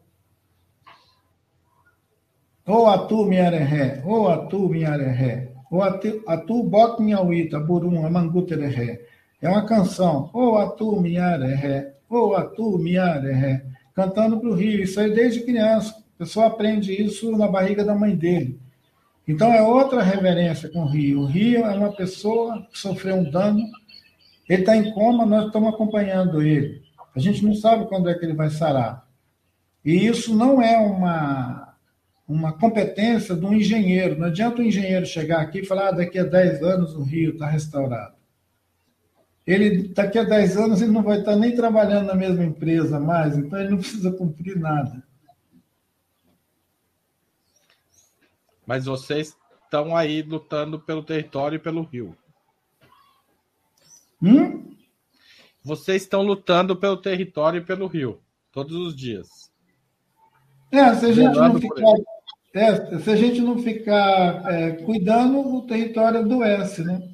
O Atu Miareré, o Atu Miareré, o Atu Bok Miauita, Burum, Amangutereré. É uma canção. O Atu Miareré, o Atu Miareré. Cantando para o rio. Isso aí desde criança. A pessoa aprende isso na barriga da mãe dele. Então, é outra reverência com o rio. O rio é uma pessoa que sofreu um dano, ele está em coma, nós estamos acompanhando ele. A gente não sabe quando é que ele vai sarar. E isso não é uma competência de um engenheiro. Não adianta o engenheiro chegar aqui e falar, daqui a 10 anos o rio está restaurado. Daqui a 10 anos ele não vai estar nem trabalhando na mesma empresa mais, então ele não precisa cumprir nada. Mas vocês estão aí lutando pelo território e pelo rio. Vocês estão lutando pelo território e pelo rio, todos os dias. Se a gente não ficar cuidando, o território adoece, né?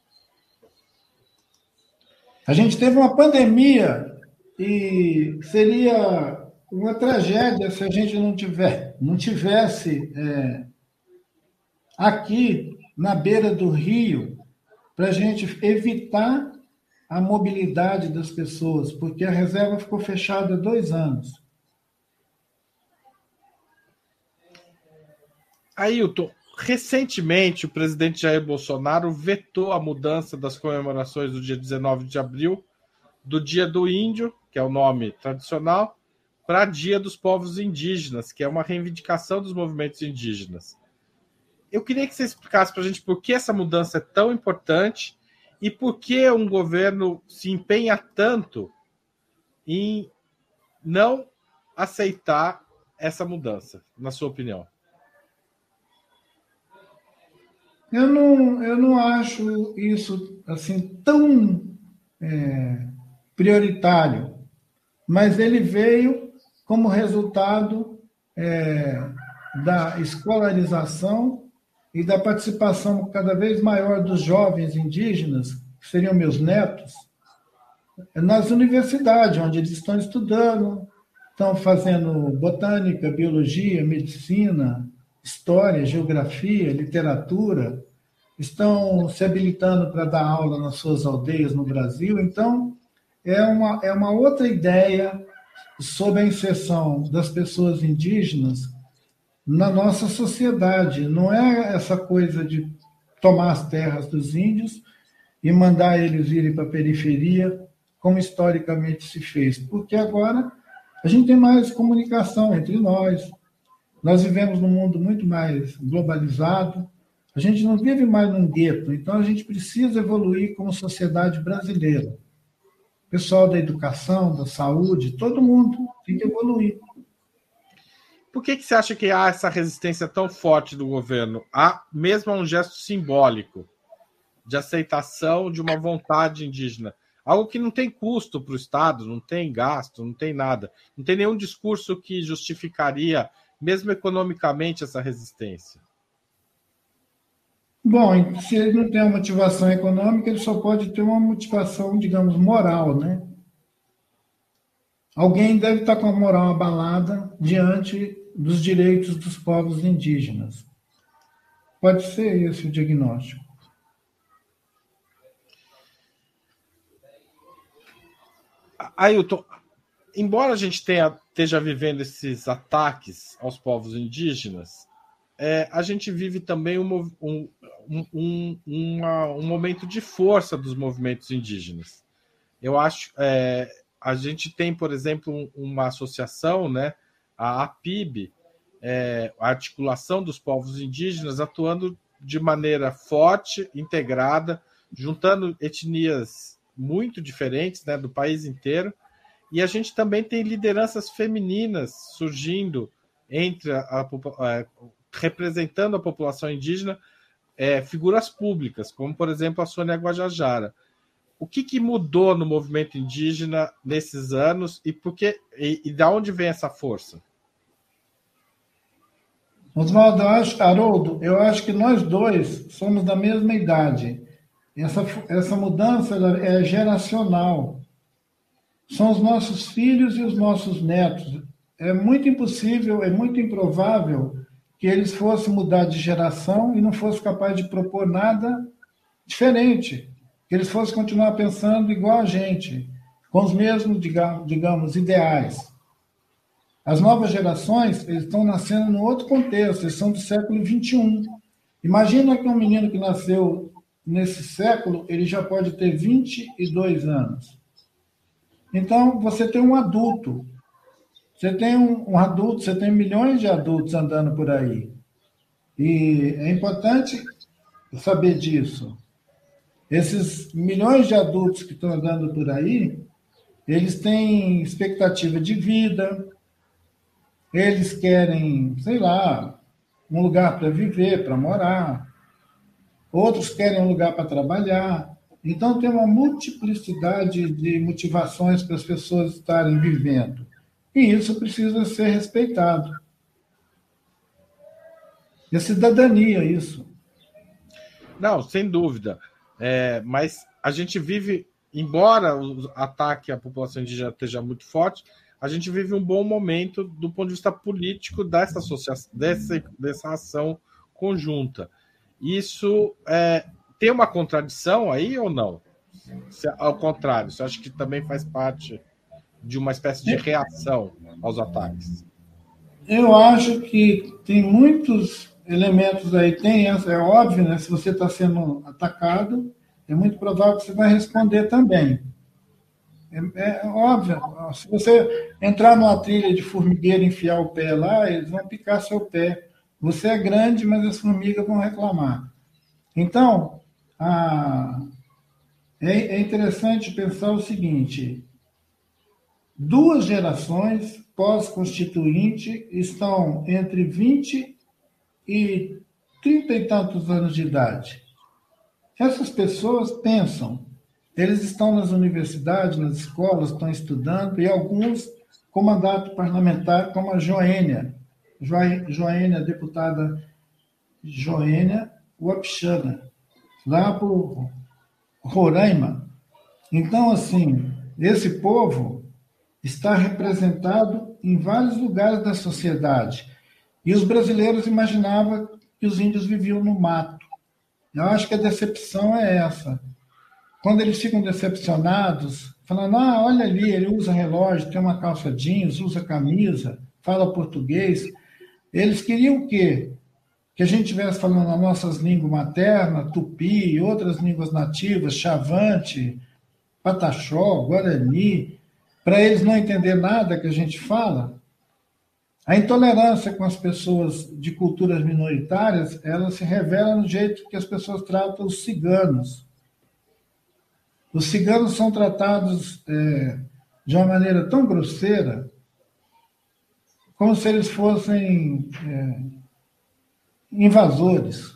A gente teve uma pandemia e seria uma tragédia se a gente não tivesse aqui na beira do rio para a gente evitar a mobilidade das pessoas, porque a reserva ficou fechada há 2 anos. Ailton, recentemente o presidente Jair Bolsonaro vetou a mudança das comemorações do dia 19 de abril, do Dia do Índio, que é o nome tradicional, para Dia dos Povos Indígenas, que é uma reivindicação dos movimentos indígenas. Eu queria que você explicasse para a gente por que essa mudança é tão importante e por que um governo se empenha tanto em não aceitar essa mudança, na sua opinião. Eu não acho isso assim tão prioritário, mas ele veio como resultado da escolarização e da participação cada vez maior dos jovens indígenas, que seriam meus netos, nas universidades, onde eles estão estudando, estão fazendo botânica, biologia, medicina, história, geografia, literatura, estão se habilitando para dar aula nas suas aldeias no Brasil. Então, é uma outra ideia sobre a inserção das pessoas indígenas na nossa sociedade. Não é essa coisa de tomar as terras dos índios e mandar eles irem para a periferia, como historicamente se fez, porque agora a gente tem mais comunicação entre nós, nós vivemos num mundo muito mais globalizado, a gente não vive mais num gueto, então a gente precisa evoluir como sociedade brasileira. Pessoal da educação, da saúde, todo mundo tem que evoluir. Por que você acha que há essa resistência tão forte do governo? Há mesmo um gesto simbólico de aceitação de uma vontade indígena. Algo que não tem custo para o Estado, não tem gasto, não tem nada. Não tem nenhum discurso que justificaria, mesmo economicamente, essa resistência. Bom, se ele não tem uma motivação econômica, ele só pode ter uma motivação, digamos, moral, né? Alguém deve estar com a moral abalada diante dos direitos dos povos indígenas. Pode ser esse o diagnóstico. Ailton, embora a gente esteja vivendo esses ataques aos povos indígenas, a gente vive também um momento de força dos movimentos indígenas. Eu acho, a gente tem, por exemplo, uma associação, né, a APIB, a Articulação dos Povos Indígenas, atuando de maneira forte, integrada, juntando etnias muito diferentes, né, do país inteiro, e a gente também tem lideranças femininas surgindo representando a população indígena, figuras públicas, como, por exemplo, a Sônia Guajajara. O que mudou no movimento indígena nesses anos e de onde vem essa força? Oswaldo, Haroldo, eu acho que nós dois somos da mesma idade. Essa mudança é geracional. São os nossos filhos e os nossos netos. É muito impossível, é muito improvável que eles fossem mudar de geração e não fossem capazes de propor nada diferente. Que eles fossem continuar pensando igual a gente, com os mesmos, digamos, ideais. As novas gerações, eles estão nascendo num outro contexto, eles são do século XXI. Imagina que um menino que nasceu nesse século, ele já pode ter 22 anos. Então, você tem um adulto. Você tem um adulto, você tem milhões de adultos andando por aí. E é importante saber disso. Esses milhões de adultos que estão andando por aí, eles têm expectativa de vida, eles querem, sei lá, um lugar para viver, para morar. Outros querem um lugar para trabalhar. Então, tem uma multiplicidade de motivações para as pessoas estarem vivendo. E isso precisa ser respeitado. É cidadania, isso. Não, sem dúvida. Mas a gente vive, embora o ataque à população indígena esteja muito forte, a gente vive um bom momento do ponto de vista político dessa associação, dessa ação conjunta. Isso tem uma contradição aí ou não? Ao contrário, você acha que também faz parte de uma espécie de reação aos ataques? Eu acho que tem muitos elementos aí. Tem essa, é óbvio, né? Se você está sendo atacado, é muito provável que você vai responder também. É óbvio. Se você entrar numa trilha de formigueiro e enfiar o pé lá, eles vão picar seu pé. Você é grande, mas as formigas vão reclamar. Então, é interessante pensar o seguinte: 2 gerações pós-constituinte estão entre 20 e 30 e tantos anos de idade. Essas pessoas pensam, eles estão nas universidades, nas escolas, estão estudando, e alguns com mandato parlamentar, como a Joênia, deputada Joênia Wapichana, lá por Roraima. Então, assim, esse povo está representado em vários lugares da sociedade. E os brasileiros imaginavam que os índios viviam no mato. Eu acho que a decepção é essa. Quando eles ficam decepcionados, falando, olha ali, ele usa relógio, tem uma calça jeans, usa camisa, fala português. Eles queriam o quê? Que a gente estivesse falando as nossas línguas maternas, tupi, outras línguas nativas, chavante, pataxó, guarani, para eles não entender nada que a gente fala. A intolerância com as pessoas de culturas minoritárias, ela se revela no jeito que as pessoas tratam os ciganos. Os ciganos são tratados de uma maneira tão grosseira, como se eles fossem invasores.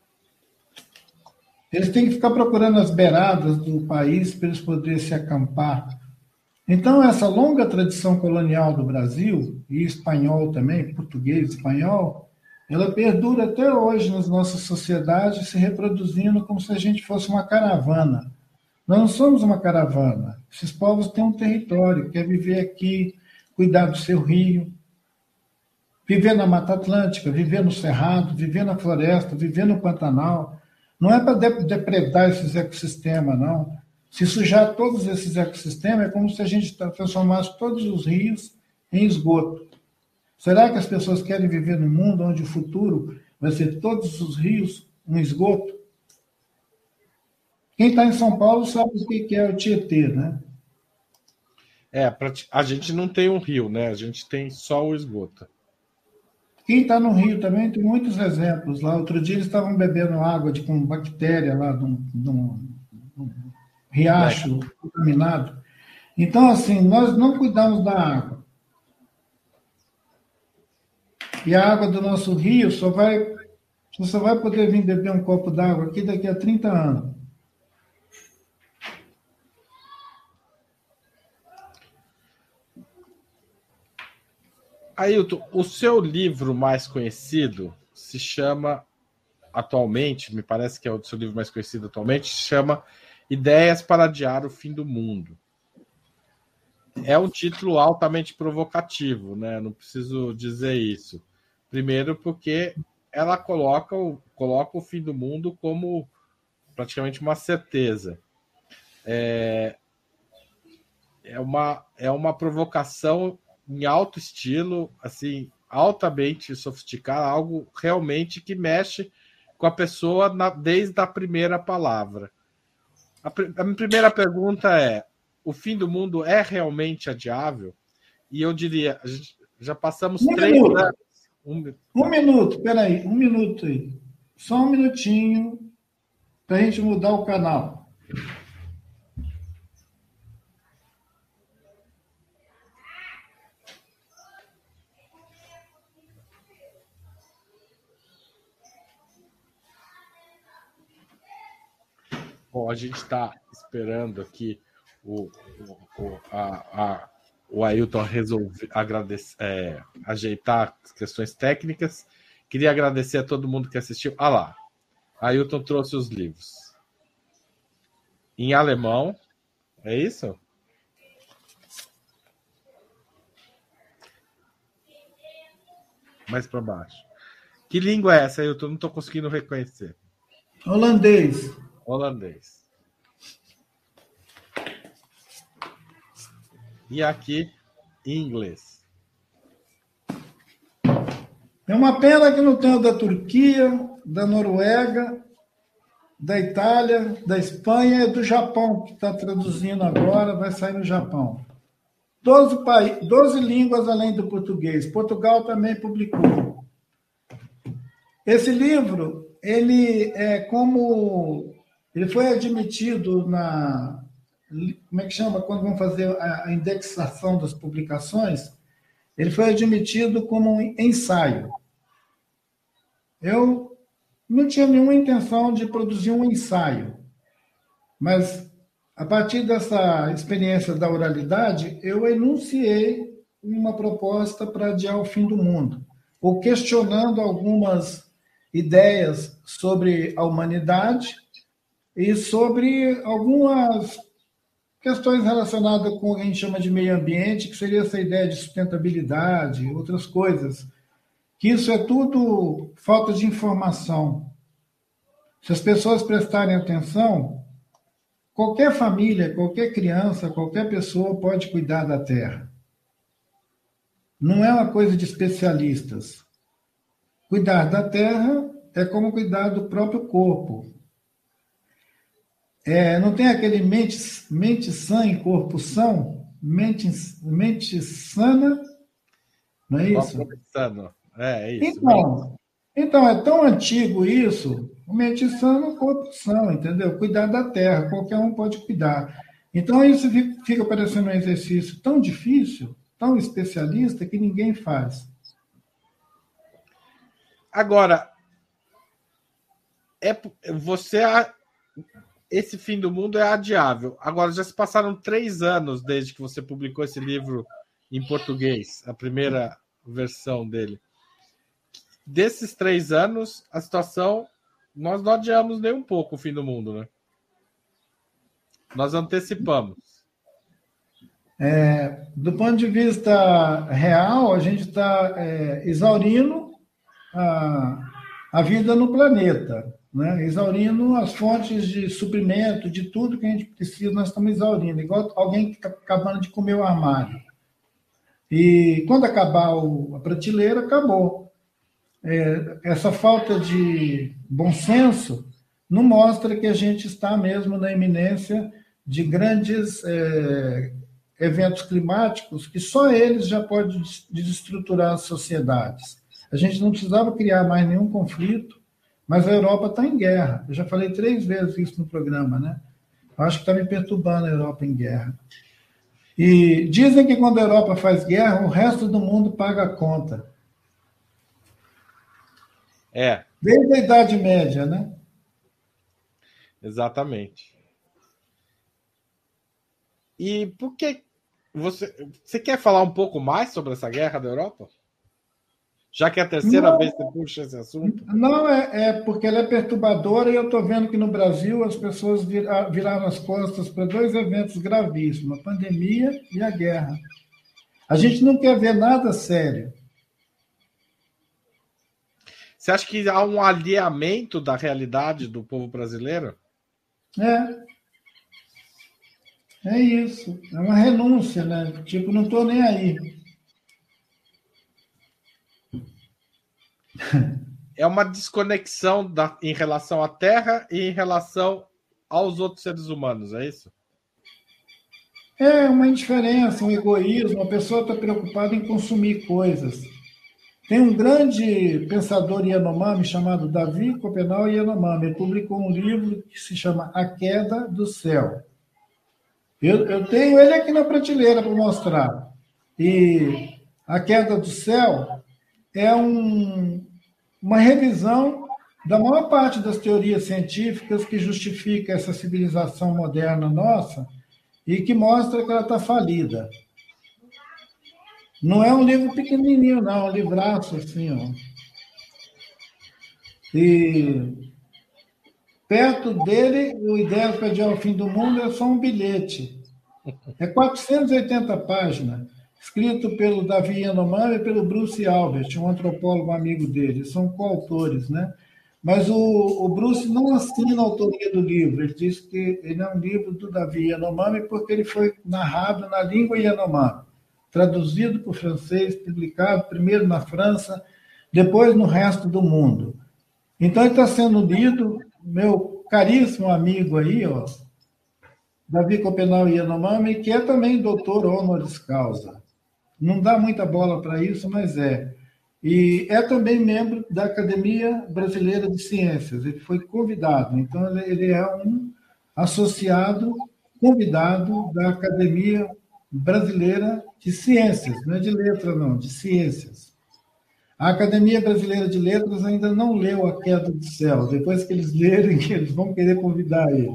Eles têm que ficar procurando as beiradas do país para eles poderem se acampar. Então, essa longa tradição colonial do Brasil, e espanhol também, português, espanhol, ela perdura até hoje nas nossas sociedades, se reproduzindo como se a gente fosse uma caravana. Nós não somos uma caravana. Esses povos têm um território, quer viver aqui, cuidar do seu rio, viver na Mata Atlântica, viver no Cerrado, viver na floresta, viver no Pantanal. Não é para depredar esses ecossistemas, não. Se sujar todos esses ecossistemas, é como se a gente transformasse todos os rios em esgoto. Será que as pessoas querem viver num mundo onde o futuro vai ser todos os rios um esgoto? Quem está em São Paulo sabe o que é o Tietê, né? A gente não tem um rio, né? A gente tem só o esgoto. Quem está no Rio também tem muitos exemplos. Lá, outro dia eles estavam bebendo água com bactéria lá de um riacho contaminado. Então, assim, nós não cuidamos da água. E a água do nosso rio você só vai poder vir beber um copo d'água aqui daqui a 30 anos. Ailton, o seu livro mais conhecido se chama, atualmente, me parece que é o seu livro mais conhecido atualmente, se chama Ideias para Adiar o Fim do Mundo. É um título altamente provocativo, né? Não preciso dizer isso. Primeiro porque ela coloca o fim do mundo como praticamente uma certeza. É uma provocação em alto estilo, assim, altamente sofisticada, algo realmente que mexe com a pessoa desde a primeira palavra. A minha primeira pergunta é: o fim do mundo é realmente adiável? E eu diria, a gente já passamos 3 anos. Um minuto, peraí, um minuto aí. Só um minutinho para a gente mudar o canal. Bom, a gente está esperando aqui o Ailton ajeitar as questões técnicas. Queria agradecer a todo mundo que assistiu. Ah lá, Ailton trouxe os livros. Em alemão, é isso? Mais para baixo. Que língua é essa, Ailton? Não estou conseguindo reconhecer. Holandês. Holandês. E aqui, em inglês. É uma pena que não tem o da Turquia, da Noruega, da Itália, da Espanha e do Japão, que está traduzindo agora, vai sair no Japão. 12 línguas além do português. Portugal também publicou. Esse livro, ele foi admitido na... Como é que chama? Quando vão fazer a indexação das publicações, ele foi admitido como um ensaio. Eu não tinha nenhuma intenção de produzir um ensaio, mas a partir dessa experiência da oralidade, eu enunciei uma proposta para adiar o fim do mundo, ou questionando algumas ideias sobre a humanidade e sobre algumas questões relacionadas com o que a gente chama de meio ambiente, que seria essa ideia de sustentabilidade, outras coisas, que isso é tudo falta de informação. Se as pessoas prestarem atenção, qualquer família, qualquer criança, qualquer pessoa pode cuidar da terra. Não é uma coisa de especialistas. Cuidar da terra é como cuidar do próprio corpo. Não tem aquele mente sã e corpo são? Mente sana, não é isso? Corpo sano. É isso. Então, é tão antigo isso, mente sã, corpo são, entendeu? Cuidar da terra, qualquer um pode cuidar. Então, isso fica parecendo um exercício tão difícil, tão especialista, que ninguém faz. Agora, esse fim do mundo é adiável. Agora, já se passaram 3 anos desde que você publicou esse livro em português, a primeira versão dele. Desses 3 anos, a situação, nós não adiamos nem um pouco o fim do mundo, né? Nós antecipamos. Do ponto de vista real, a gente está exaurindo a vida no planeta, né? Exaurindo as fontes de suprimento, de tudo que a gente precisa, nós estamos exaurindo, igual alguém que está acabando de comer o armário. E quando acabar a prateleira, acabou. Essa falta de bom senso não mostra que a gente está mesmo na iminência de grandes eventos climáticos que só eles já podem desestruturar as sociedades. A gente não precisava criar mais nenhum conflito, mas a Europa está em guerra. Eu já falei 3 vezes isso no programa, né? Eu acho que está me perturbando a Europa em guerra. E dizem que quando a Europa faz guerra, o resto do mundo paga a conta. Desde a Idade Média, né? Exatamente. E por que você quer falar um pouco mais sobre essa guerra da Europa? Já que é a terceira vez que você puxa esse assunto? Não, porque ela é perturbadora e eu estou vendo que no Brasil as pessoas viraram as costas para 2 eventos gravíssimos, a pandemia e a guerra. A gente não quer ver nada sério. Você acha que há um alheamento da realidade do povo brasileiro? É isso. É uma renúncia, né? Tipo, não estou nem aí. É uma desconexão em relação à Terra e em relação aos outros seres humanos, é isso? É uma indiferença, um egoísmo. A pessoa está preocupada em consumir coisas. Tem um grande pensador Yanomami chamado Davi Copenau Yanomami. Ele publicou um livro que se chama A Queda do Céu. Eu tenho ele aqui na prateleira para mostrar. E A Queda do Céu é uma revisão da maior parte das teorias científicas que justifica essa civilização moderna nossa e que mostra que ela está falida. Não é um livro pequenininho, não, é um livraço assim, ó. E perto dele, o Ideia para Adiar o Fim do Mundo é só um bilhete. É 480 páginas, escrito pelo Davi Yanomami e pelo Bruce Albert, um antropólogo amigo dele. São coautores, né? Mas o Bruce não assina a autoria do livro. Ele diz que ele é um livro do Davi Yanomami porque ele foi narrado na língua Yanomami, traduzido para o francês, publicado primeiro na França, depois no resto do mundo. Então, ele está sendo lido, meu caríssimo amigo aí, ó, Davi Copenau Yanomami, que é também doutor honoris causa. Não dá muita bola para isso, mas é. E é também membro da Academia Brasileira de Ciências. Ele foi convidado. Então, ele é um associado, convidado da Academia Brasileira de Ciências. Não é de letras, não, de ciências. A Academia Brasileira de Letras ainda não leu A Queda do Céu. Depois que eles lerem, eles vão querer convidar ele.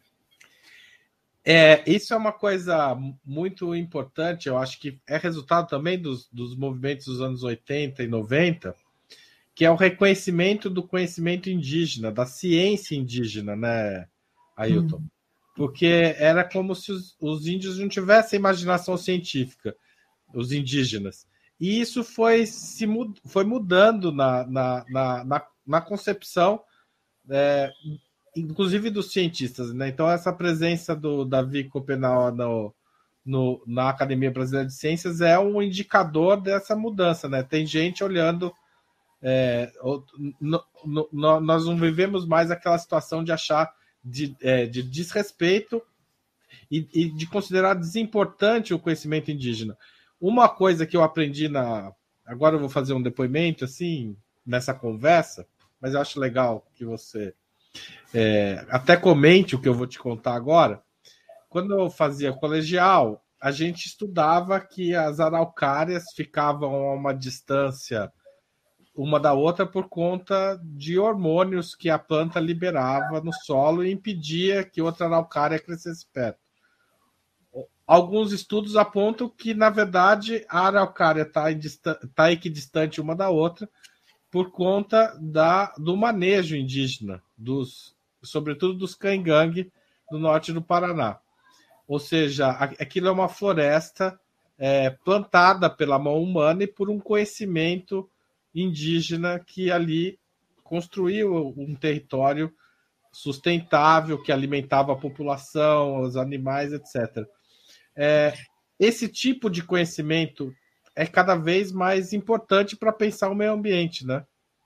Isso é uma coisa muito importante, eu acho que é resultado também dos movimentos dos anos 80 e 90, que é o reconhecimento do conhecimento indígena, da ciência indígena, né, Ailton? Porque era como se os índios não tivessem imaginação científica, os indígenas. E isso foi mudando na concepção, inclusive dos cientistas, né? Então, essa presença do Davi Copenau na Academia Brasileira de Ciências é um indicador dessa mudança, né? Tem gente olhando Nós não vivemos mais aquela situação de achar de desrespeito e de considerar desimportante o conhecimento indígena. Uma coisa que eu aprendi agora eu vou fazer um depoimento assim nessa conversa, mas eu acho legal que você até comente o que eu vou te contar agora. Quando eu fazia colegial, a gente estudava que as araucárias ficavam a uma distância uma da outra por conta de hormônios que a planta liberava no solo e impedia que outra araucária crescesse perto. Alguns estudos apontam que, na verdade, a araucária está equidistante uma da outra por conta do manejo indígena, sobretudo dos cangangue do norte do Paraná. Ou seja, aquilo é uma floresta plantada pela mão humana e por um conhecimento indígena que ali construiu um território sustentável que alimentava a população, os animais, etc. Esse tipo de conhecimento é cada vez mais importante para pensar o meio ambiente, né?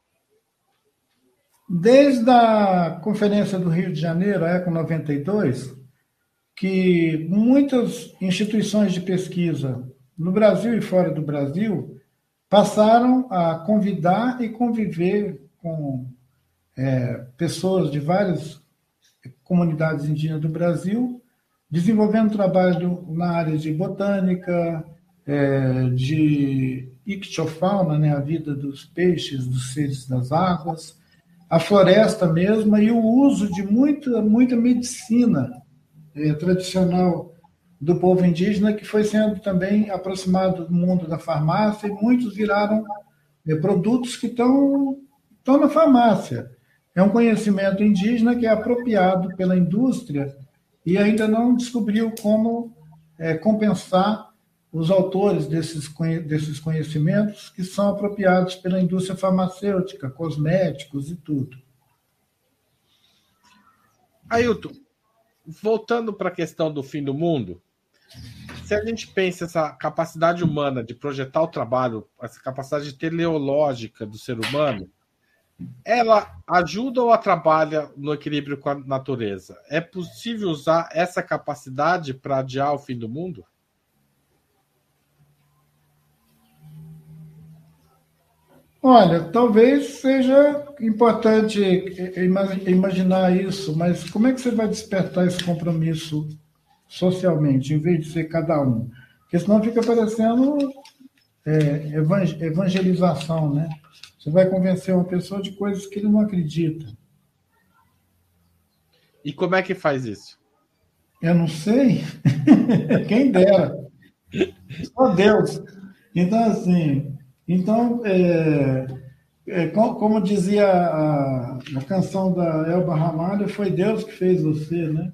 Desde a Conferência do Rio de Janeiro, a ECO 92, que muitas instituições de pesquisa no Brasil e fora do Brasil passaram a convidar e conviver com pessoas de várias comunidades indígenas do Brasil, desenvolvendo trabalho na área de botânica, de ictiofauna, né, a vida dos peixes, dos seres das águas, a floresta mesma e o uso de muita medicina tradicional do povo indígena, que foi sendo também aproximado do mundo da farmácia, e muitos viraram produtos que estão na farmácia. É um conhecimento indígena que é apropriado pela indústria e ainda não descobriu como compensar os autores desses conhecimentos que são apropriados pela indústria farmacêutica, cosméticos e tudo. Ailton, voltando para a questão do fim do mundo, se a gente pensa essa capacidade humana de projetar o trabalho, essa capacidade teleológica do ser humano, ela ajuda ou atrapalha no equilíbrio com a natureza? É possível usar essa capacidade para adiar o fim do mundo? Olha, talvez seja importante imaginar isso, mas como é que você vai despertar esse compromisso socialmente, em vez de ser cada um? Porque senão fica parecendo evangelização, né? Você vai convencer uma pessoa de coisas que ele não acredita. E como é que faz isso? Eu não sei. Quem dera. Só Deus. Então, assim... como dizia a canção da Elba Ramalho, foi Deus que fez você, né?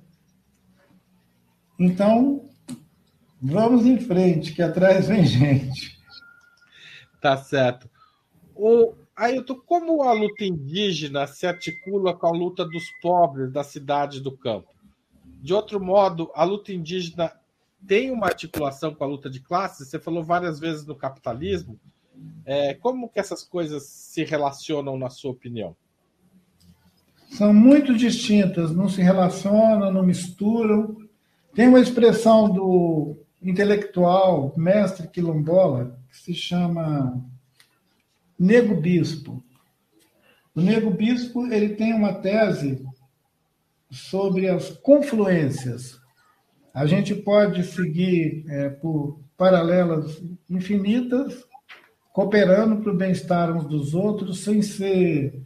Então, vamos em frente, que atrás vem gente. Tá certo. Ailton, como a luta indígena se articula com a luta dos pobres da cidade e do campo? De outro modo, a luta indígena tem uma articulação com a luta de classes? Você falou várias vezes no capitalismo. Como que essas coisas se relacionam, na sua opinião? São muito distintas, não se relacionam, não misturam. Tem uma expressão do intelectual, mestre quilombola, que se chama Nego Bispo. O Nego Bispo ele tem uma tese sobre as confluências. A gente pode seguir por paralelas infinitas, cooperando para o bem-estar uns dos outros, sem ser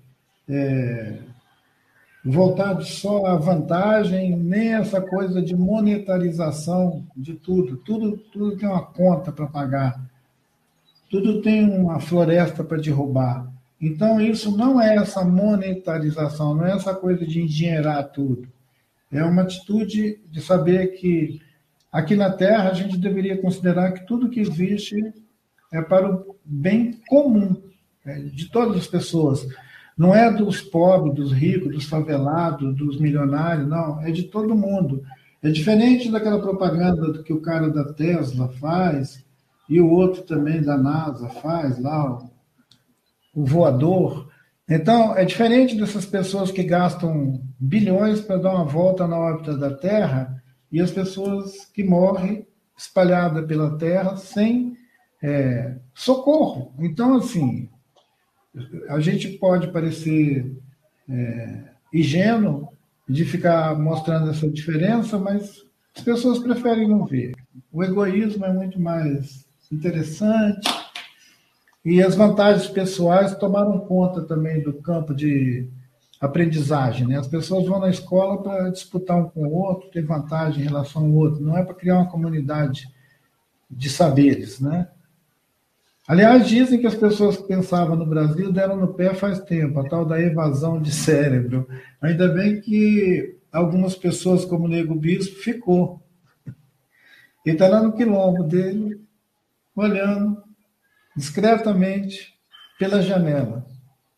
voltado só à vantagem, nem essa coisa de monetarização de tudo. Tudo tem uma conta para pagar. Tudo tem uma floresta para derrubar. Então, isso não é essa monetarização, não é essa coisa de endinheirar tudo. É uma atitude de saber que aqui na Terra a gente deveria considerar que tudo que existe é para o bem comum de todas as pessoas. Não é dos pobres, dos ricos, dos favelados, dos milionários, não. É de todo mundo. É diferente daquela propaganda que o cara da Tesla faz e o outro também da NASA faz lá, o voador. Então, é diferente dessas pessoas que gastam bilhões para dar uma volta na órbita da Terra e as pessoas que morrem espalhadas pela Terra sem socorro. Então, assim, a gente pode parecer ingênuo de ficar mostrando essa diferença, mas as pessoas preferem não ver. O egoísmo é muito mais interessante e as vantagens pessoais tomaram conta também do campo de aprendizagem, né? As pessoas vão na escola para disputar um com o outro, ter vantagem em relação ao outro, não é para criar uma comunidade de saberes, né? Aliás, dizem que as pessoas que pensavam no Brasil deram no pé faz tempo, a tal da evasão de cérebro. Ainda bem que algumas pessoas, como o Nego Bispo, ficou. Ele está lá no quilombo dele, olhando discretamente pela janela.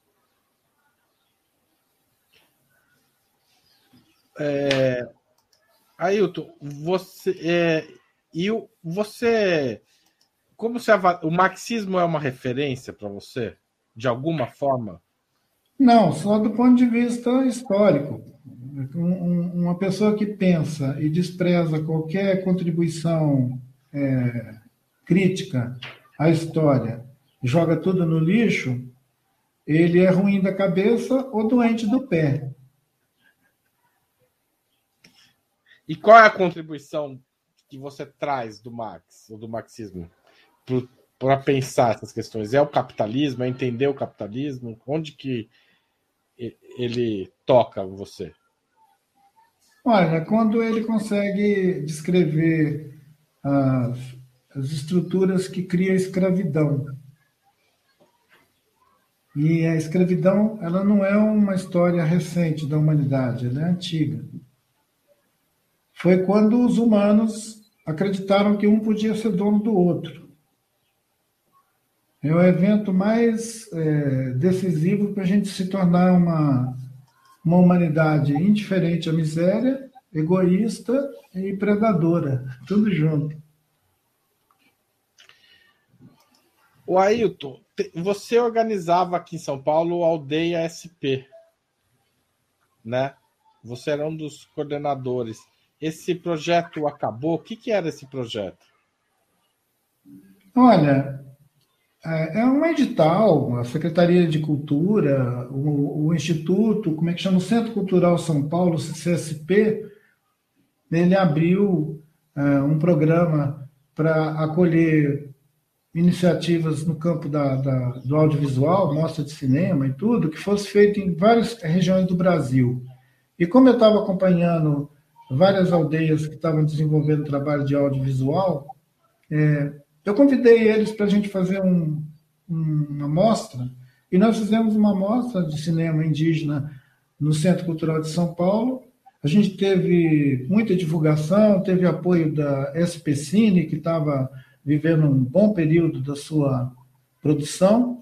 Ailton, como o marxismo é uma referência para você, de alguma forma? Não, só do ponto de vista histórico. Uma pessoa que pensa e despreza qualquer contribuição crítica à história, joga tudo no lixo, ele é ruim da cabeça ou doente do pé. E qual é a contribuição que você traz do Marx, ou do marxismo, para pensar essas questões? É o capitalismo? É entender o capitalismo? Onde que ele toca você? Olha, quando ele consegue descrever as estruturas que criam a escravidão. E a escravidão, ela não é uma história recente da humanidade, ela é antiga. Foi quando os humanos acreditaram que um podia ser dono do outro. É o evento mais decisivo para a gente se tornar uma humanidade indiferente à miséria, egoísta e predadora, tudo junto. O Ailton, você organizava aqui em São Paulo a Aldeia SP, né? Você era um dos coordenadores. Esse projeto acabou? O que era esse projeto? Olha, é um edital, a Secretaria de Cultura, o Instituto, como é que chama? O Centro Cultural São Paulo, CSP, ele abriu um programa para acolher iniciativas no campo do audiovisual, mostra de cinema e tudo, que fosse feito em várias regiões do Brasil. E como eu estava acompanhando várias aldeias que estavam desenvolvendo trabalho de audiovisual, eu convidei eles para a gente fazer uma mostra, e nós fizemos uma mostra de cinema indígena no Centro Cultural de São Paulo. A gente teve muita divulgação, teve apoio da SP Cine, que estava vivendo um bom período da sua produção,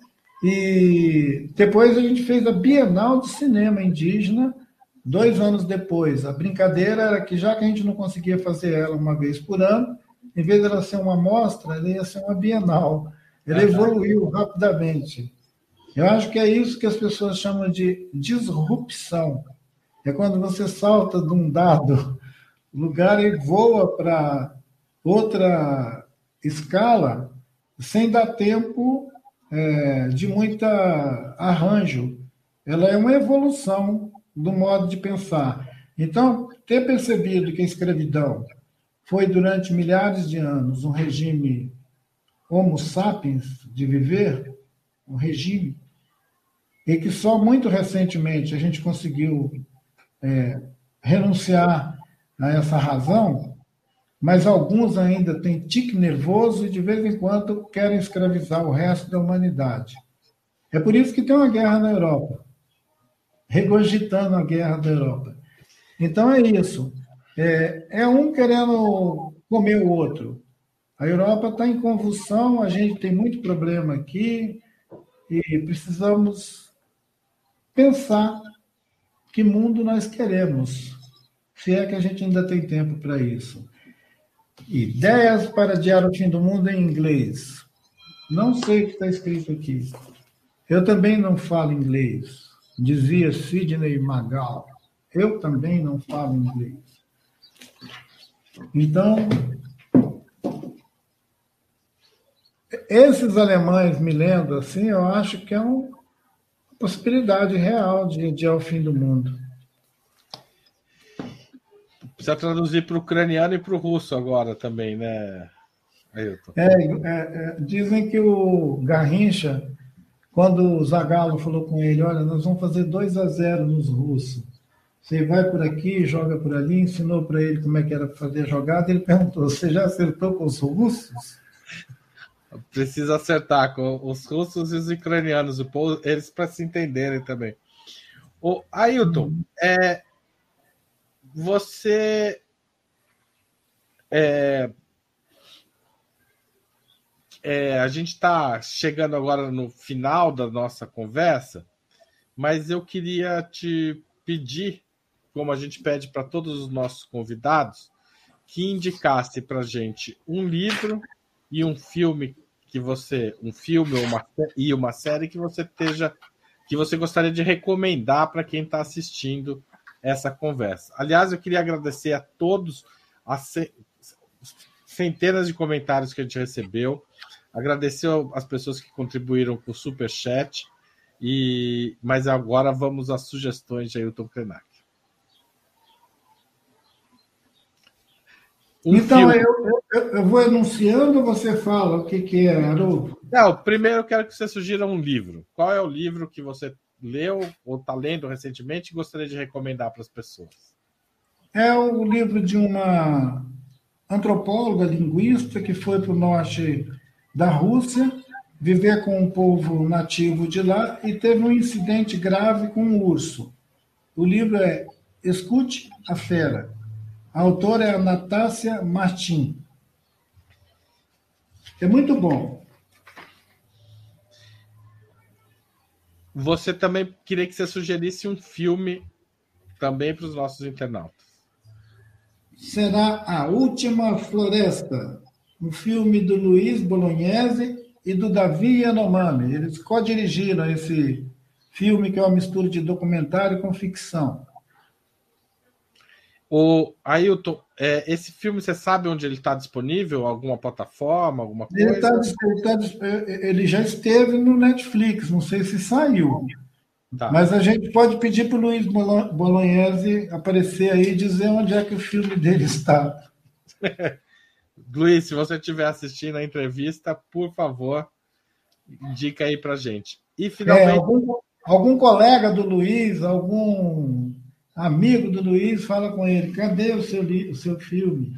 e depois a gente fez a Bienal de Cinema Indígena, 2 anos depois. A brincadeira era que, já que a gente não conseguia fazer ela uma vez por ano, em vez de ela ser uma mostra, ela ia ser uma bienal. Ela evoluiu rapidamente. Eu acho que é isso que as pessoas chamam de disrupção. É quando você salta de um dado lugar e voa para outra escala sem dar tempo de muita arranjo. Ela é uma evolução do modo de pensar. Então, ter percebido que a escravidão foi, durante milhares de anos, um regime homo sapiens de viver, um regime, e que só muito recentemente a gente conseguiu renunciar a essa razão, mas alguns ainda têm tique nervoso e, de vez em quando, querem escravizar o resto da humanidade. É por isso que tem uma guerra na Europa, regurgitando a guerra da Europa. Então é isso. É um querendo comer o outro. A Europa está em convulsão, a gente tem muito problema aqui e precisamos pensar que mundo nós queremos, se é que a gente ainda tem tempo para isso. Ideias para adiar o fim do mundo em inglês. Não sei o que está escrito aqui. Eu também não falo inglês, dizia Sidney Magal. Eu também não falo inglês. Então, esses alemães me lendo assim, eu acho que é uma possibilidade real de ir ao fim do mundo. Precisa traduzir para o ucraniano e para o russo agora também, né, Ailton? Dizem que o Garrincha, quando o Zagallo falou com ele, olha, nós vamos fazer 2-0 nos russos. Você vai por aqui, joga por ali, ensinou para ele como é que era fazer a jogada, ele perguntou, você já acertou com os russos? Precisa acertar com os russos e os ucranianos, eles para se entenderem também. O Ailton, você a gente está chegando agora no final da nossa conversa, mas eu queria te pedir, como a gente pede para todos os nossos convidados, que indicasse para a gente um livro e um filme e uma série que você gostaria de recomendar para quem está assistindo essa conversa. Aliás, eu queria agradecer a todos as centenas de comentários que a gente recebeu, agradecer às pessoas que contribuíram com o Superchat, mas agora vamos às sugestões de Ailton Krenak. Então, eu vou anunciando ou você fala o que é, Haroldo? Não, primeiro eu quero que você sugira um livro. Qual é o livro que você leu ou está lendo recentemente e gostaria de recomendar para as pessoas? É o livro de uma antropóloga, linguista, que foi para o norte da Rússia, viver com um povo nativo de lá e teve um incidente grave com um urso. O livro é Escute a Fera. A autora é a Natácia Martin. É muito bom. Você também queria que você sugerisse um filme também para os nossos internautas. Será A Última Floresta, um filme do Luiz Bolognese e do Davi Yanomami. Eles co-dirigiram esse filme, que é uma mistura de documentário com ficção. Ailton, esse filme, você sabe onde ele está disponível? Alguma plataforma, alguma coisa? Ele já esteve no Netflix, não sei se saiu. Tá. Mas a gente pode pedir para o Luiz Bolognese aparecer aí e dizer onde é que o filme dele está. Luiz, se você estiver assistindo a entrevista, por favor, indica aí para gente. E finalmente... algum colega do Luiz, algum amigo do Luiz, fala com ele, cadê o seu filme?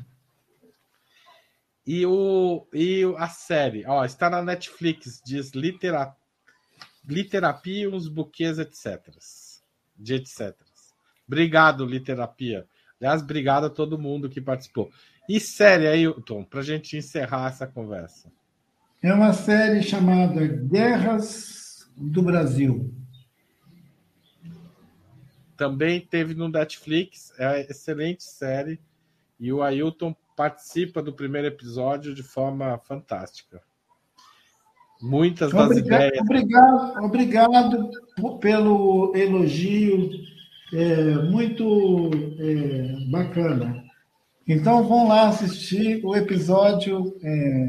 E a série? Está na Netflix, diz Literapia, uns buquês, etc. Obrigado, Literapia. Aliás, obrigado a todo mundo que participou. E série, Ailton, para a gente encerrar essa conversa? É uma série chamada Guerras do Brasil. Também teve no Netflix, é excelente série, e o Ailton participa do primeiro episódio de forma fantástica. Muitas das ideias... Obrigado pelo elogio, muito bacana. Então, vão lá assistir o episódio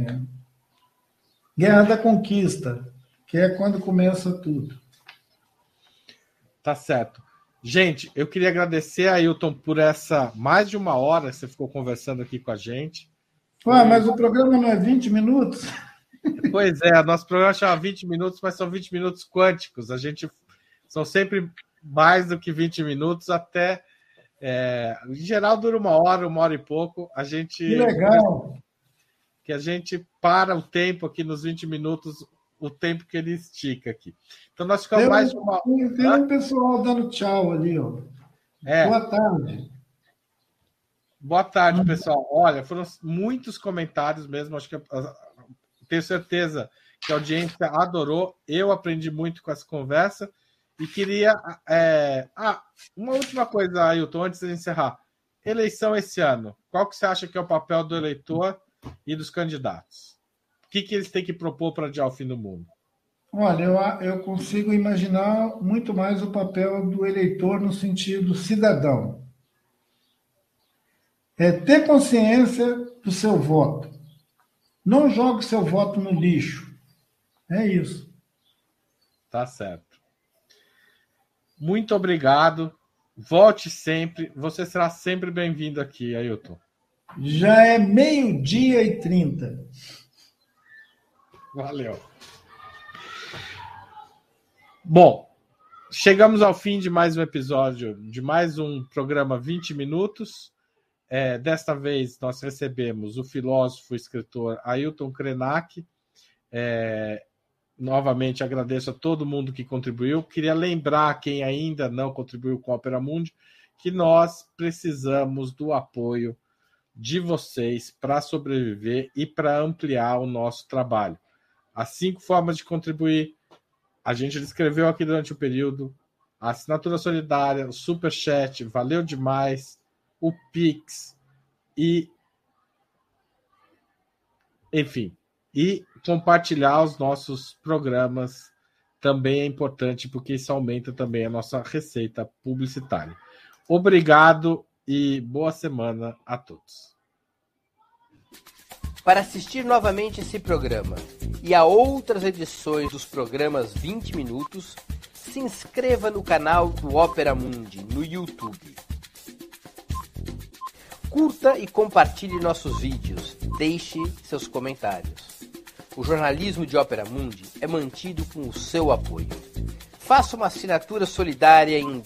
Guerra da Conquista, que é quando começa tudo. Tá certo. Gente, eu queria agradecer a Ailton por essa mais de uma hora que você ficou conversando aqui com a gente. Mas o programa não é 20 minutos? Pois é, nosso programa chama 20 minutos, mas são 20 minutos quânticos. São sempre mais do que 20 minutos, até... em geral dura uma hora e pouco. Que legal! Que a gente para o tempo aqui nos 20 minutos, o tempo que ele estica aqui. Então nós ficamos mais de uma hora. Tem um pessoal dando tchau ali, ó. Boa tarde. Boa tarde, pessoal. Olha, foram muitos comentários mesmo. Acho que tenho certeza que a audiência adorou. Eu aprendi muito com essa conversa. E queria... uma última coisa, Ailton, antes de encerrar. Eleição esse ano. Qual que você acha que é o papel do eleitor e dos candidatos? O que eles têm que propor para adiar o fim do mundo? Olha, eu consigo imaginar muito mais o papel do eleitor no sentido cidadão. É ter consciência do seu voto. Não jogue seu voto no lixo. É isso. Tá certo. Muito obrigado. Volte sempre. Você será sempre bem-vindo aqui, Ailton. Já é 12:30. Valeu. Bom, chegamos ao fim de mais um episódio, de mais um programa 20 minutos. Desta vez nós recebemos o filósofo e escritor Ailton Krenak. Novamente agradeço a todo mundo que contribuiu. Queria lembrar quem ainda não contribuiu com a Opera Mundi que nós precisamos do apoio de vocês para sobreviver e para ampliar o nosso trabalho. As 5 formas de contribuir, a gente descreveu aqui durante o período: a assinatura solidária, o Superchat, valeu demais, o Pix e, enfim, e compartilhar os nossos programas também é importante, porque isso aumenta também a nossa receita publicitária. Obrigado e boa semana a todos. Para assistir novamente esse programa e a outras edições dos programas 20 minutos, se inscreva no canal do Opera Mundi no YouTube. Curta e compartilhe nossos vídeos, deixe seus comentários. O jornalismo de Opera Mundi é mantido com o seu apoio. Faça uma assinatura solidária em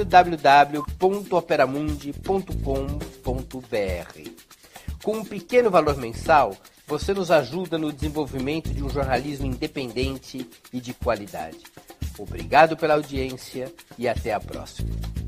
www.operamundi.com.br. Com um pequeno valor mensal, você nos ajuda no desenvolvimento de um jornalismo independente e de qualidade. Obrigado pela audiência e até a próxima.